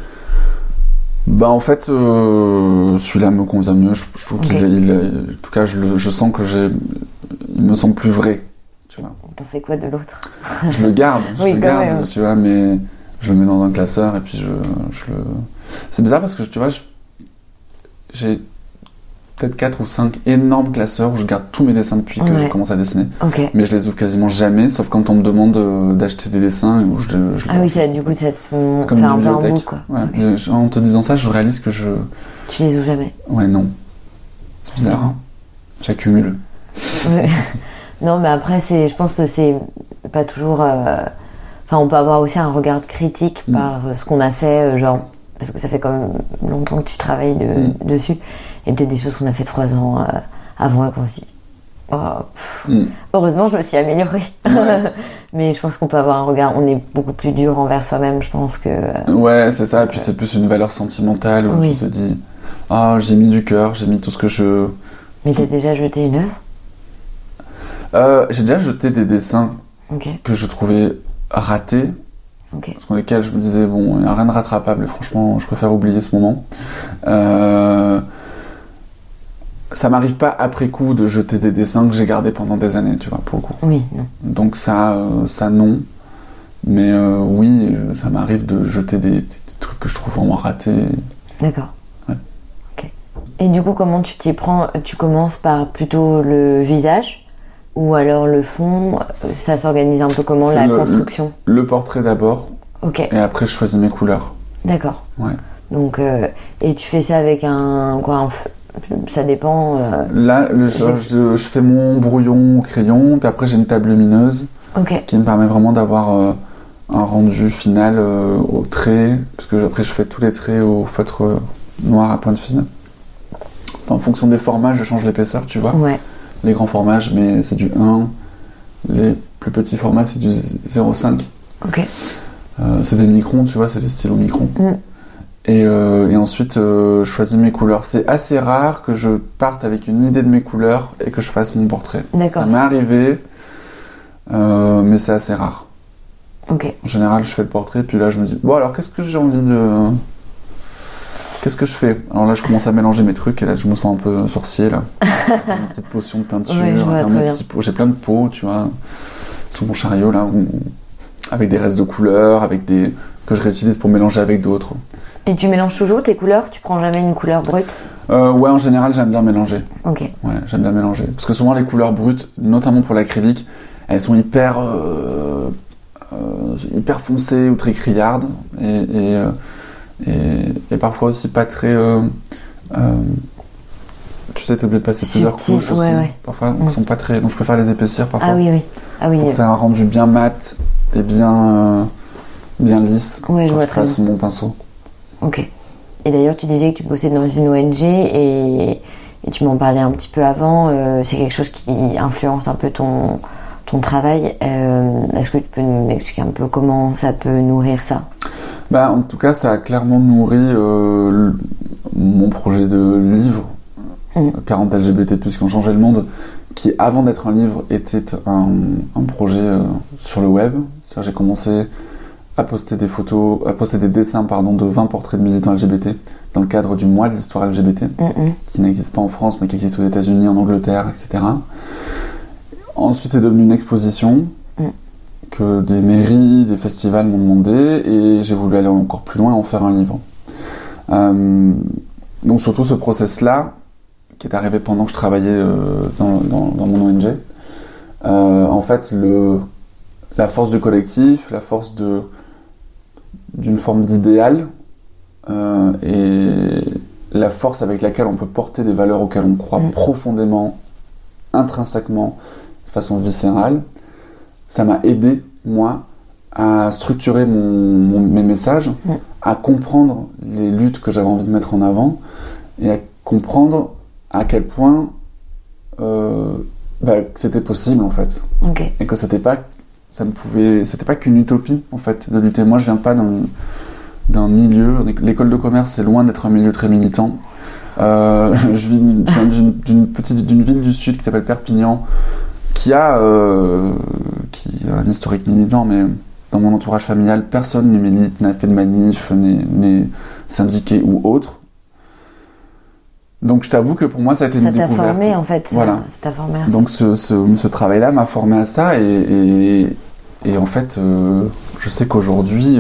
en fait, celui-là me convient mieux. Je trouve qu'il en tout cas, je sens que il me semble plus vrai, tu vois. T'en fais quoi de l'autre? Je le garde, tu vois, mais je le mets dans un classeur et puis je le... C'est bizarre parce que, tu vois, j'ai peut-être 4 ou 5 énormes classeurs où je garde tous mes dessins depuis que je commence à dessiner. Mais je les ouvre quasiment jamais, sauf quand on me demande d'acheter des dessins où je du coup, ça te fait un peu un bout, quoi. En te disant ça, je réalise que Tu les ouvres jamais? Ouais, non. C'est bizarre, hein. J'accumule. Non, mais après, je pense que c'est pas toujours... on peut avoir aussi un regard critique par ce qu'on a fait, parce que ça fait quand même longtemps que tu travailles dessus, et peut-être des choses qu'on a fait 3 ans avant et qu'on se dit heureusement je me suis améliorée. Mais je pense qu'on peut avoir un regard, on est beaucoup plus dur envers soi-même, je pense que c'est ça, et puis c'est plus une valeur sentimentale où tu te dis j'ai mis du cœur, j'ai mis tout ce que je... Mais t'as déjà jeté une œuvre? J'ai déjà jeté des dessins que je trouvais ratés, sur lesquels je me disais il n'y a rien de rattrapable, et franchement je préfère oublier ce moment. Ça m'arrive pas après coup de jeter des dessins que j'ai gardés pendant des années, tu vois, pour le coup. Oui, non. Donc ça non, mais ça m'arrive de jeter des trucs que je trouve vraiment ratés. D'accord. Ok. Et du coup, comment tu t'y prends? Tu commences par plutôt le visage, ou alors le fond? Ça s'organise un peu comment, la construction? Le portrait d'abord, et après je choisis mes couleurs. D'accord. Ouais. Donc, et tu fais ça avec ça dépend. Là, je fais mon brouillon au crayon, puis après j'ai une table lumineuse qui me permet vraiment d'avoir un rendu final au trait, parce que après je fais tous les traits au feutre noir à pointe fine. Enfin, en fonction des formats, je change l'épaisseur, tu vois. Ouais. Les grands formats, je mets, c'est du 1. Les plus petits formats, c'est du 0,5. Ok. C'est des microns, tu vois, c'est des stylos microns. Et ensuite, je choisis mes couleurs. C'est assez rare que je parte avec une idée de mes couleurs et que je fasse mon portrait. D'accord. Ça m'est arrivé, mais c'est assez rare. Ok. En général, je fais le portrait, puis là, je me dis, bon, alors, qu'est-ce que j'ai envie de... Qu'est-ce que je fais? Alors là, je commence à mélanger mes trucs, et là, je me sens un peu sorcier, là. Une petite potion de peinture, ouais, je vois, très bien. j'ai plein de pots, tu vois, sur mon chariot, là, avec des restes de couleurs, que je réutilise pour mélanger avec d'autres. Et tu mélanges toujours tes couleurs? Tu prends jamais une couleur brute? Ouais, en général, j'aime bien mélanger. Ok. Ouais, j'aime bien mélanger. Parce que souvent, les couleurs brutes, notamment pour l'acrylique, elles sont hyper foncées ou très criardes. Et parfois aussi pas très... tu sais, t'es obligé de passer plusieurs couches aussi. Ouais. Parfois, elles sont pas très... Donc je préfère les épaissir parfois. Ah oui. Donc c'est un rendu bien mat et bien lisse ouais, quand je passe mon pinceau. Ok. Et d'ailleurs, tu disais que tu bossais dans une ONG et tu m'en parlais un petit peu avant. C'est quelque chose qui influence un peu ton travail. Est-ce que tu peux nous expliquer un peu comment ça peut nourrir ça? En tout cas, ça a clairement nourri mon projet de livre 40 LGBT+ qui ont changé le monde, qui avant d'être un livre était un projet sur le web. C'est-à-dire, j'ai commencé à poster des photos, à poster des dessins de 20 portraits de militants LGBT dans le cadre du mois de l'histoire LGBT, qui n'existe pas en France mais qui existe aux États-Unis, en Angleterre, etc. Ensuite, c'est devenu une exposition que des mairies, des festivals m'ont demandé, et j'ai voulu aller encore plus loin et en faire un livre. Donc surtout ce process-là, qui est arrivé pendant que je travaillais dans mon ONG, en fait, la force du collectif, la force d'une forme d'idéal, et la force avec laquelle on peut porter des valeurs auxquelles on croit profondément, intrinsèquement, de façon viscérale, ça m'a aidé, moi, à structurer mes messages, à comprendre les luttes que j'avais envie de mettre en avant, et à comprendre à quel point que c'était possible, en fait. Okay. Et que c'était pas qu'une utopie, en fait, de lutter. Moi, je viens pas d'un milieu... L'école de commerce, c'est loin d'être un milieu très militant. Je viens d'une ville du Sud qui s'appelle Perpignan, qui a un historique militant, mais dans mon entourage familial, personne ne milite, n'a fait de manif, n'est syndiqué ou autre. Donc je t'avoue que pour moi, ça a été une découverte. Ça t'a formé, en fait. Voilà. Ça t'a formé à ça. Donc ce travail-là m'a formé à ça, et en fait, je sais qu'aujourd'hui,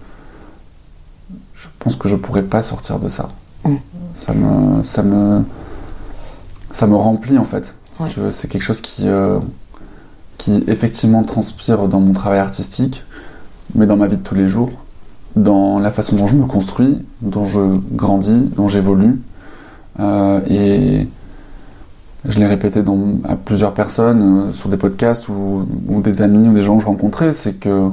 je pense que je pourrais pas sortir de ça. Ça me remplit, en fait. Ouais. C'est quelque chose qui effectivement transpire dans mon travail artistique, mais dans ma vie de tous les jours, dans la façon dont je me construis, dont je grandis, dont j'évolue. Et je l'ai répété à plusieurs personnes sur des podcasts ou des amis ou des gens que je rencontrais, c'est que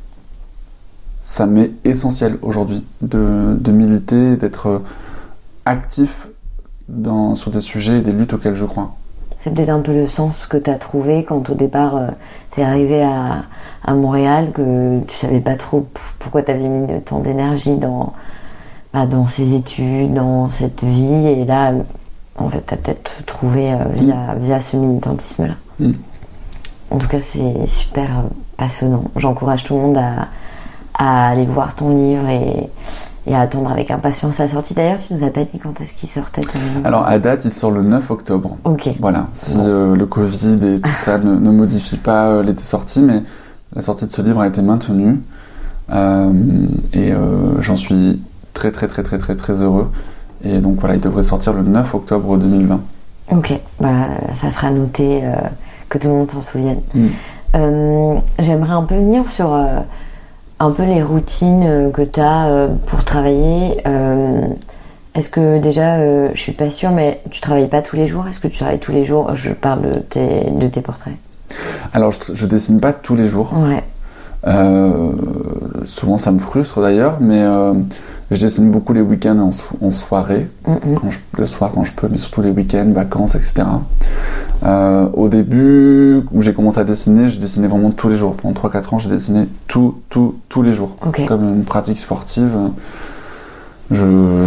ça m'est essentiel aujourd'hui de militer, d'être actif sur des sujets et des luttes auxquelles je crois. C'est peut-être un peu le sens que tu as trouvé quand au départ t'es arrivé à Montréal, que tu savais pas trop pourquoi tu avais mis tant d'énergie dans ces études, dans cette vie, et là en fait t'as peut-être trouvé via ce militantisme là. En tout cas, c'est super passionnant. J'encourage tout le monde à aller voir ton livre et à attendre avec impatience la sortie. D'ailleurs, tu nous as pas dit quand est-ce qu'il sortait ton livre? Alors, à date, il sort le 9 octobre. Ok. Voilà, si le Covid et tout ça ne modifie pas les sorties, mais la sortie de ce livre a été maintenue. Et j'en suis très très très très très très heureux. Et donc voilà, il devrait sortir le 9 octobre 2020. Ok, ça sera noté, que tout le monde s'en souvienne. J'aimerais un peu venir sur un peu les routines que tu as pour travailler. Est-ce que déjà, je suis pas sûre, mais tu travailles pas tous les jours? Est-ce que tu travailles tous les jours? Je parle de tes portraits. Alors, je dessine pas tous les jours. Ouais. souvent ça me frustre d'ailleurs, mais je dessine beaucoup les week-ends en soirée, le soir quand je peux, mais surtout les week-ends, vacances, etc. Au début, où j'ai commencé à dessiner, je dessinais vraiment tous les jours. Pendant 3-4 ans, j'ai dessiné tous les jours. Comme une pratique sportive. Mais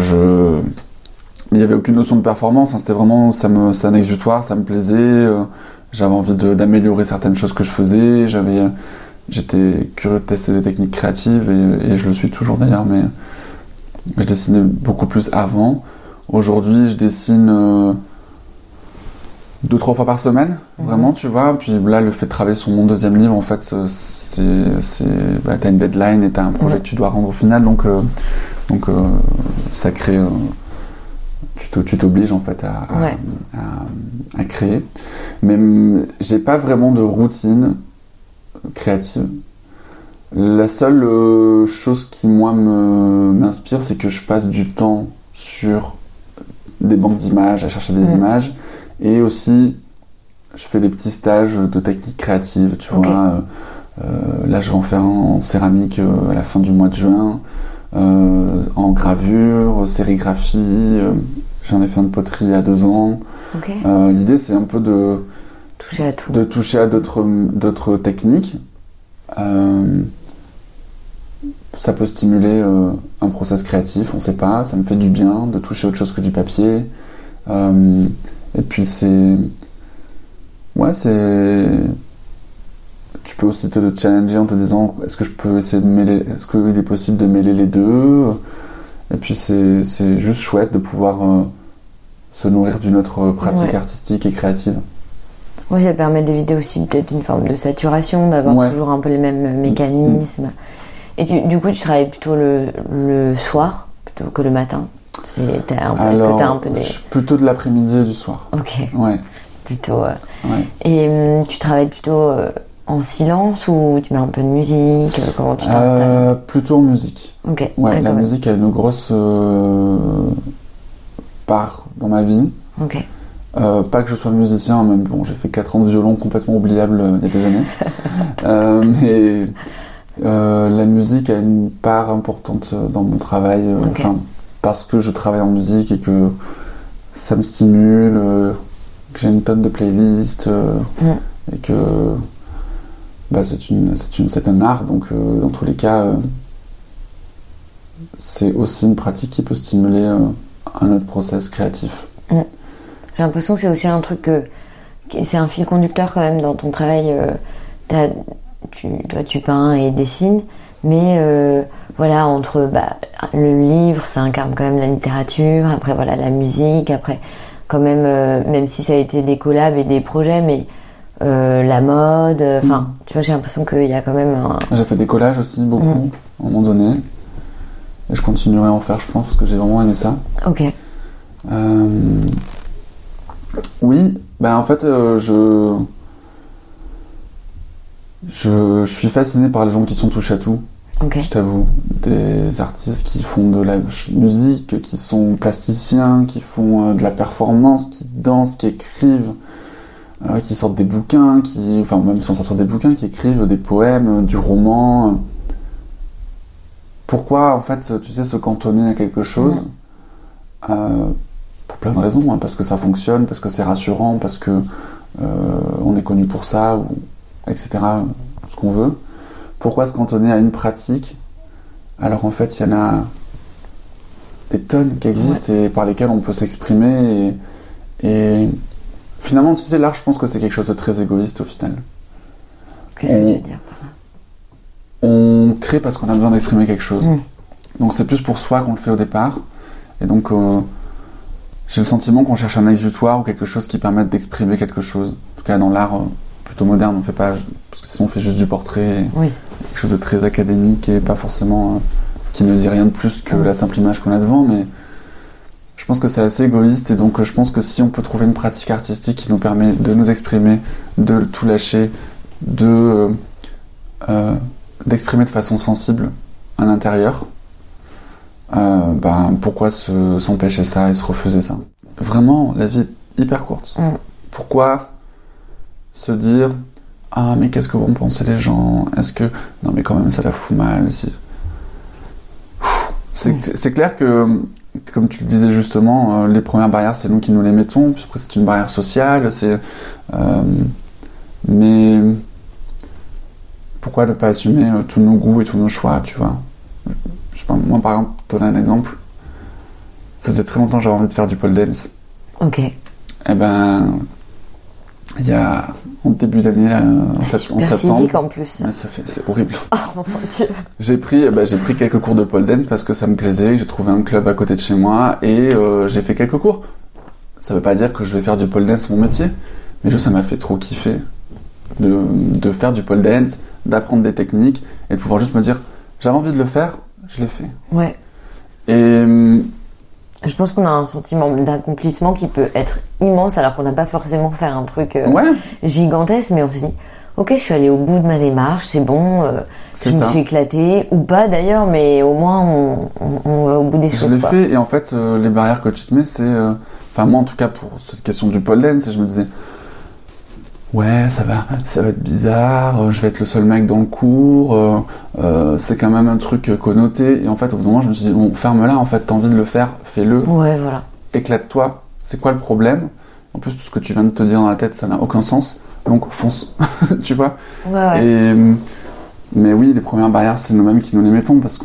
il n'y avait aucune notion de performance, hein. C'était vraiment, c'était un exutoire, ça me plaisait. J'avais envie d'améliorer certaines choses que je faisais. J'étais curieux de tester des techniques créatives et je le suis toujours d'ailleurs, mais je dessinais beaucoup plus avant. Aujourd'hui, je dessine 2-3 fois par semaine, vraiment, tu vois. Puis là, le fait de travailler sur mon deuxième livre, en fait, t'as une deadline et t'as un projet que tu dois rendre au final, donc ça crée. Tu t'obliges en fait à créer. Mais j'ai pas vraiment de routine créative. La seule chose qui moi m'inspire, c'est que je passe du temps sur des banques d'images, à chercher des images, et aussi je fais des petits stages de techniques créatives, tu vois. Là je vais en faire un en céramique à la fin du mois de juin, en gravure, sérigraphie, j'en ai fait un de poterie il y a 2 ans. L'idée c'est un peu de toucher à d'autres techniques. Ça peut stimuler un process créatif, on sait pas, ça me fait du bien de toucher autre chose que du papier. Et puis tu peux aussi te challenger en te disant est-ce que je peux essayer de mêler, est-ce qu'il est possible de mêler les deux. Et puis c'est juste chouette de pouvoir se nourrir d'une autre pratique artistique et créative. Oui, ça permet d'éviter aussi peut-être une forme de saturation, d'avoir toujours un peu les mêmes mécanismes. Et du coup, tu travailles plutôt le soir plutôt que le matin. Est-ce que t'as un peu des... plutôt de l'après-midi et du soir. Ouais. Plutôt. Et tu travailles plutôt en silence ou tu mets un peu de musique? Comment tu t'installes? Plutôt en musique. Ouais, la musique a une grosse part dans ma vie. Pas que je sois musicien, même bon, j'ai fait 4 ans de violon complètement oubliable il y a des années. Mais la musique a une part importante dans mon travail, parce que je travaille en musique et que ça me stimule, que j'ai une tonne de playlists et que c'est un art, donc dans tous les cas, c'est aussi une pratique qui peut stimuler un autre process créatif. J'ai l'impression que c'est aussi un truc c'est un fil conducteur quand même dans ton travail. Tu peins et dessines, mais voilà, entre le livre, ça incarne quand même la littérature, après voilà la musique, après quand même, même si ça a été des collabs et des projets, mais la mode, tu vois, j'ai l'impression qu'il y a quand même J'ai fait des collages aussi, beaucoup, à un moment donné, et je continuerai à en faire, je pense, parce que j'ai vraiment aimé ça. Oui, en fait, je suis fasciné par les gens qui sont touche à tout. Je t'avoue, des artistes qui font de la musique, qui sont plasticiens, qui font de la performance, qui dansent, qui écrivent, qui sortent des bouquins, même sans sortir des bouquins, qui écrivent des poèmes, du roman. Pourquoi, en fait, tu sais, se cantonner à quelque chose pour plein de raisons, parce que ça fonctionne, parce que c'est rassurant, parce que on est connu pour ça, etc., ce qu'on veut. Pourquoi se cantonner à une pratique alors en fait il y en a des tonnes qui existent et par lesquelles on peut s'exprimer et finalement, tu sais, l'art, je pense que c'est quelque chose de très égoïste au final. Qu'est-ce que tu veux dire par là? On crée parce qu'on a besoin d'exprimer quelque chose. Donc c'est plus pour soi qu'on le fait au départ. Et donc j'ai le sentiment qu'on cherche un exutoire ou quelque chose qui permette d'exprimer quelque chose. En tout cas dans l'art plutôt moderne, on fait pas, parce que sinon on fait juste du portrait, quelque chose de très académique et pas forcément qui ne dit rien de plus que la simple image qu'on a devant, mais je pense que c'est assez égoïste et donc je pense que si on peut trouver une pratique artistique qui nous permet de nous exprimer, de tout lâcher, d'exprimer de façon sensible à l'intérieur, pourquoi s'empêcher ça et se refuser ça? Vraiment, la vie est hyper courte. Pourquoi se dire mais qu'est-ce que vont penser les gens? Est-ce que non mais quand même ça la fout mal si... C'est clair que, comme tu le disais justement, les premières barrières, c'est nous qui nous les mettons. Puis après, c'est une barrière sociale. Mais pourquoi ne pas assumer tous nos goûts et tous nos choix, tu vois? Je sais pas, moi, par exemple, pour donner un exemple, ça faisait très longtemps que j'avais envie de faire du pole dance. Ok. Eh ben, il y a en début d'année, en septembre. Physique en plus. Ouais, c'est horrible. Oh mon Dieu. J'ai pris quelques cours de pole dance parce que ça me plaisait. J'ai trouvé un club à côté de chez moi et j'ai fait quelques cours. Ça veut pas dire que je vais faire du pole dance mon métier, mais juste ça m'a fait trop kiffer de faire du pole dance, d'apprendre des techniques et de pouvoir juste me dire j'avais envie de le faire, je l'ai fait. Ouais. Et je pense qu'on a un sentiment d'accomplissement qui peut être immense alors qu'on n'a pas forcément fait un truc gigantesque, mais on s'est dit ok, je suis allée au bout de ma démarche, c'est bon, je me suis éclatée, ou pas d'ailleurs, mais au moins on va au bout des choses. Je l'ai fait et en fait les barrières que tu te mets, c'est enfin moi en tout cas pour cette question du pole dance, je me disais ouais, ça va être bizarre, je vais être le seul mec dans le cours, c'est quand même un truc connoté. Et en fait, au bout d'un moment, je me suis dit, bon, ferme-la, en fait, t'as envie de le faire, fais-le. Ouais, voilà. Éclate-toi, c'est quoi le problème? En plus, tout ce que tu viens de te dire dans la tête, ça n'a aucun sens, donc fonce, tu vois? Ouais. Mais oui, les premières barrières, c'est nous-mêmes qui nous les mettons, parce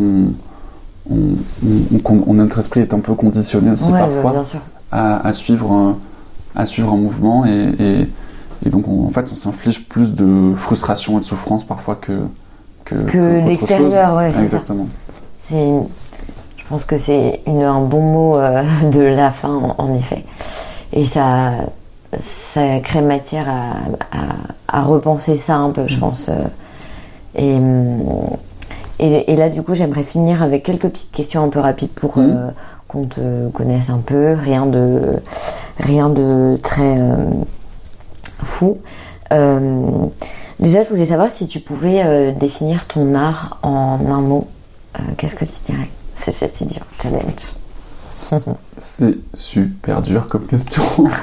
notre esprit est un peu conditionné aussi parfois bien sûr. à suivre un mouvement et donc en fait on s'inflige plus de frustration et de souffrance parfois que l'extérieur, ouais, c'est exactement. Ça. Je pense que c'est un bon mot de la fin en effet. Et ça crée matière à repenser ça un peu, je pense. Et là du coup j'aimerais finir avec quelques petites questions un peu rapides pour qu'on te connaisse un peu, rien de très fou. Déjà, je voulais savoir si tu pouvais définir ton art en un mot. Qu'est-ce que tu dirais? C'est dur, challenge. C'est super dur comme question.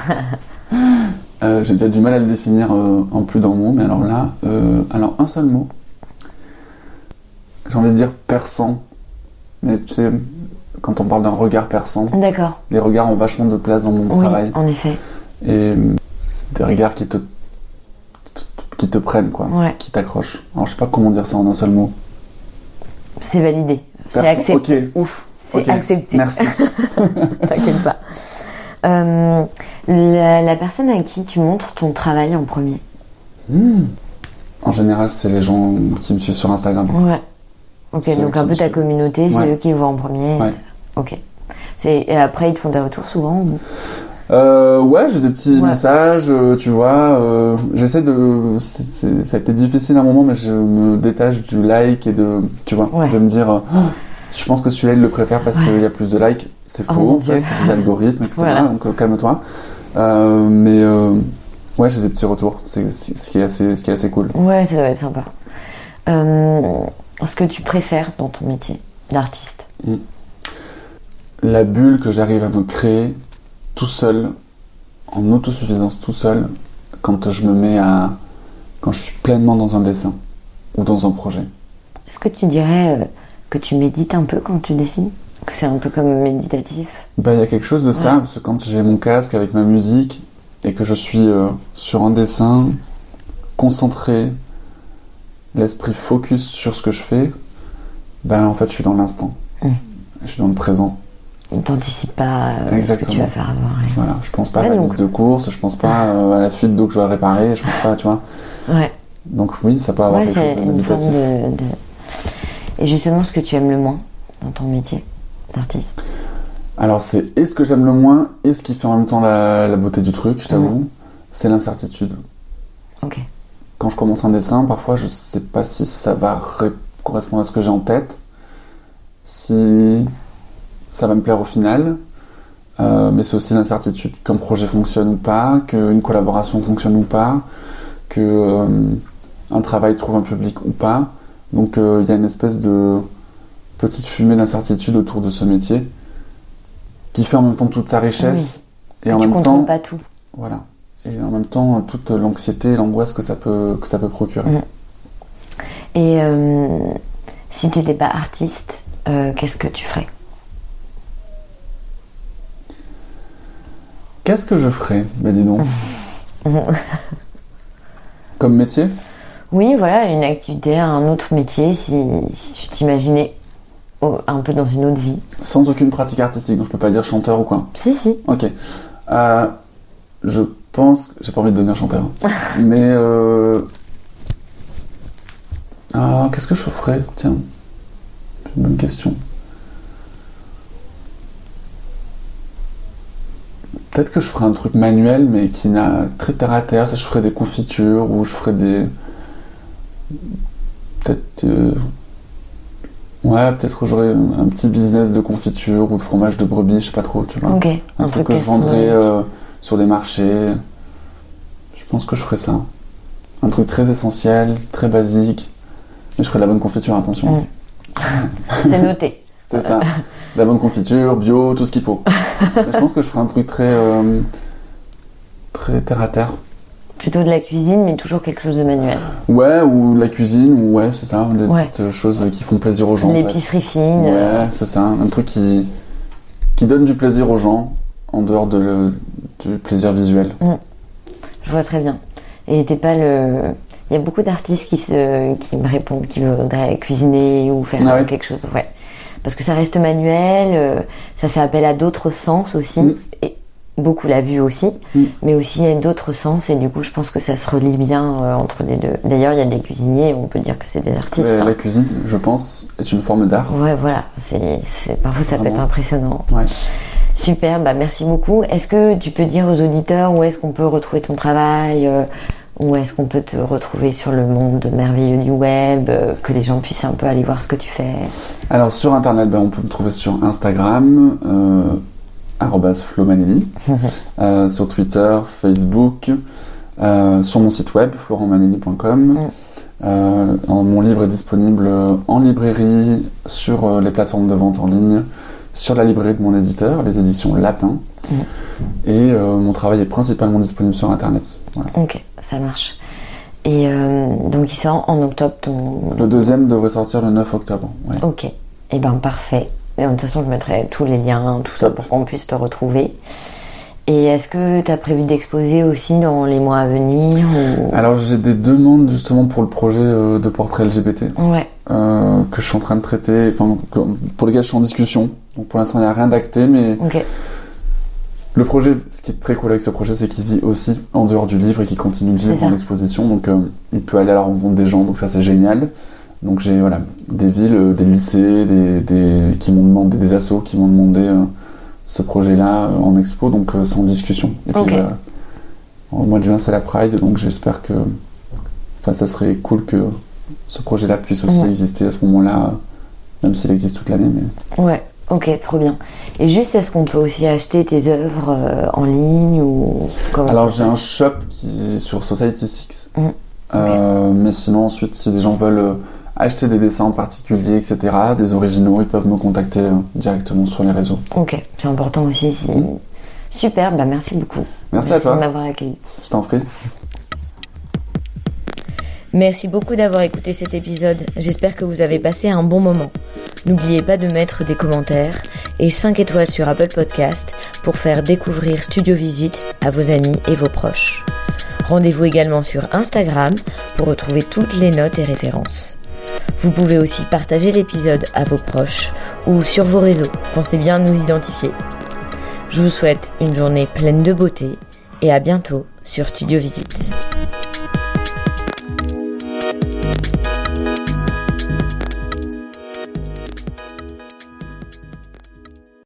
J'ai déjà du mal à le définir en plus d'un mot, mais alors là, un seul mot. J'ai envie de dire perçant. Mais tu sais, quand on parle d'un regard perçant, d'accord. Les regards ont vachement de place dans mon travail. En effet. Et des regards qui te prennent, quoi, qui t'accrochent. Alors, je sais pas comment dire ça en un seul mot. C'est validé. C'est accepté. Ok, ouf. C'est accepté. Merci. T'inquiète pas. La personne à qui tu montres ton travail en premier? En général, c'est les gens qui me suivent sur Instagram. Ouais. Ok, donc un peu ta communauté, c'est eux qui le voient en premier. Ouais. Ok. Et après, ils te font des retours souvent ou... Ouais, j'ai des petits messages, tu vois. J'essaie de. Ça a été difficile à un moment, mais je me détache du like et de. Tu vois, de me dire. Je pense que celui-là, il le préfère parce qu'il y a plus de likes. C'est faux, en fait, c'est des algorithmes, etc. Voilà. Donc calme-toi. Ouais, j'ai des petits retours. C'est ce qui est assez cool. Ouais, ça doit être sympa. Ce que tu préfères dans ton métier d'artiste? La bulle que j'arrive à me créer tout seul, en autosuffisance tout seul, quand je suis pleinement dans un dessin ou dans un projet. Est-ce que tu dirais que tu médites un peu quand tu dessines? Que c'est un peu comme méditatif? Il y a quelque chose de ça, parce que quand j'ai mon casque avec ma musique et que je suis sur un dessin, concentré, l'esprit focus sur ce que je fais, en fait je suis dans l'instant. Je suis dans le présent. T'anticipes pas ce que tu vas faire avant. Voilà, je pense pas à la liste de courses, je pense pas à la fuite d'eau que je dois réparer, je pense pas, tu vois. Ouais. Donc oui, ça peut avoir quelque chose de méditatif. Et justement, ce que tu aimes le moins dans ton métier d'artiste? Alors c'est et ce que j'aime le moins et ce qui fait en même temps la beauté du truc, je t'avoue, c'est l'incertitude. Ok. Quand je commence un dessin, parfois je sais pas si ça va correspondre à ce que j'ai en tête, si ça va me plaire au final, mais c'est aussi l'incertitude qu'un projet fonctionne ou pas, qu'une collaboration fonctionne ou pas, qu'un travail trouve un public ou pas. Donc il y a une espèce de petite fumée d'incertitude autour de ce métier qui fait en même temps toute sa richesse et en même temps pas tout. Voilà. Et en même temps toute l'anxiété et l'angoisse que ça peut procurer. Et si t'étais pas artiste, qu'est-ce que tu ferais? Qu'est-ce que je ferais? Ben dis donc. Comme métier? Oui, voilà, une activité, un autre métier, si tu t'imaginais un peu dans une autre vie. Sans aucune pratique artistique, donc je peux pas dire chanteur ou quoi? Si. Ok. Je pense... J'ai pas envie de devenir chanteur. Mais... qu'est-ce que je ferais? Tiens. C'est une bonne question. Peut-être que je ferais un truc manuel, mais qui n'a très terre à terre. Ça, je ferais des confitures, ou je ferais des... Peut-être... peut-être que j'aurais un petit business de confiture ou de fromage de brebis, je sais pas trop, tu vois. Ok. Un truc que je vendrais sur les marchés. Je pense que je ferais ça. Un truc très essentiel, très basique. Mais je ferais de la bonne confiture, attention. C'est noté. C'est ça. De la bonne confiture, bio, tout ce qu'il faut. Mais je pense que je ferais un truc très terre à terre. Plutôt de la cuisine, mais toujours quelque chose de manuel. Ouais, ou de la cuisine, ou c'est ça, des petites choses qui font plaisir aux gens. L'épicerie fine. Ouais, c'est ça, un truc qui donne du plaisir aux gens, en dehors du plaisir visuel. Je vois très bien. Et t'es pas le... Il y a beaucoup d'artistes qui me répondent qu'ils voudraient cuisiner ou faire quelque chose. Ouais. Parce que ça reste manuel, ça fait appel à d'autres sens aussi. Et beaucoup la vue aussi, mais aussi d'autres sens, et du coup je pense que ça se relie bien entre les deux. D'ailleurs il y a des cuisiniers, on peut dire que c'est des artistes. La cuisine, je pense, est une forme d'art. Ouais, voilà, parfois ça peut être impressionnant. Ouais. Super, merci beaucoup. Est-ce que tu peux dire aux auditeurs où est-ce qu'on peut retrouver ton travail, où est-ce qu'on peut te retrouver sur le monde merveilleux du web, que les gens puissent un peu aller voir ce que tu fais? Alors sur internet, on peut me trouver sur Instagram, @flomanelli, sur Twitter, Facebook, sur mon site web florentmanelli.com. Mon livre est disponible en librairie, sur les plateformes de vente en ligne, sur la librairie de mon éditeur, les éditions Lapin, et mon travail est principalement disponible sur internet. Voilà. Ok, ça marche. Et donc il sort en octobre Le deuxième devrait sortir le 9 octobre. Ouais. Ok, et parfait. Et de toute façon, je mettrai tous les liens, tout ça pour qu'on puisse te retrouver. Et est-ce que tu as prévu d'exposer aussi dans les mois à venir ou... Alors, j'ai des demandes justement pour le projet de portrait LGBT. Ouais. Que je suis en train de traiter, pour lesquels je suis en discussion. Donc pour l'instant, il n'y a rien d'acté, mais... Ok. Le projet, ce qui est très cool avec ce projet, c'est qu'il vit aussi en dehors du livre et qu'il continue de vivre en exposition. Donc il peut aller à la rencontre des gens, donc ça c'est génial. Donc j'ai des villes, des lycées, qui m'ont demandé, des assos qui m'ont demandé ce projet-là en expo, donc c'est en discussion. Et puis au mois de juin c'est la Pride, donc j'espère que ça serait cool que ce projet-là puisse aussi exister à ce moment-là, même s'il existe toute l'année. Mais... Ouais, ok, trop bien. Et juste, est-ce qu'on peut aussi acheter tes œuvres en ligne ou comment? Alors j'ai un shop qui est sur Society6, mais sinon ensuite si les gens veulent acheter des dessins en particulier, etc., des originaux, ils peuvent me contacter directement sur les réseaux. Ok, c'est important aussi. Super, merci beaucoup. Merci à toi de m'avoir accueilli. Je t'en prie. Merci beaucoup d'avoir écouté cet épisode. J'espère que vous avez passé un bon moment. N'oubliez pas de mettre des commentaires et 5 étoiles sur Apple Podcast pour faire découvrir Studio Visite à vos amis et vos proches. Rendez-vous également sur Instagram pour retrouver toutes les notes et références. Vous pouvez aussi partager l'épisode à vos proches ou sur vos réseaux. Pensez bien à nous identifier. Je vous souhaite une journée pleine de beauté et à bientôt sur Studio Visite.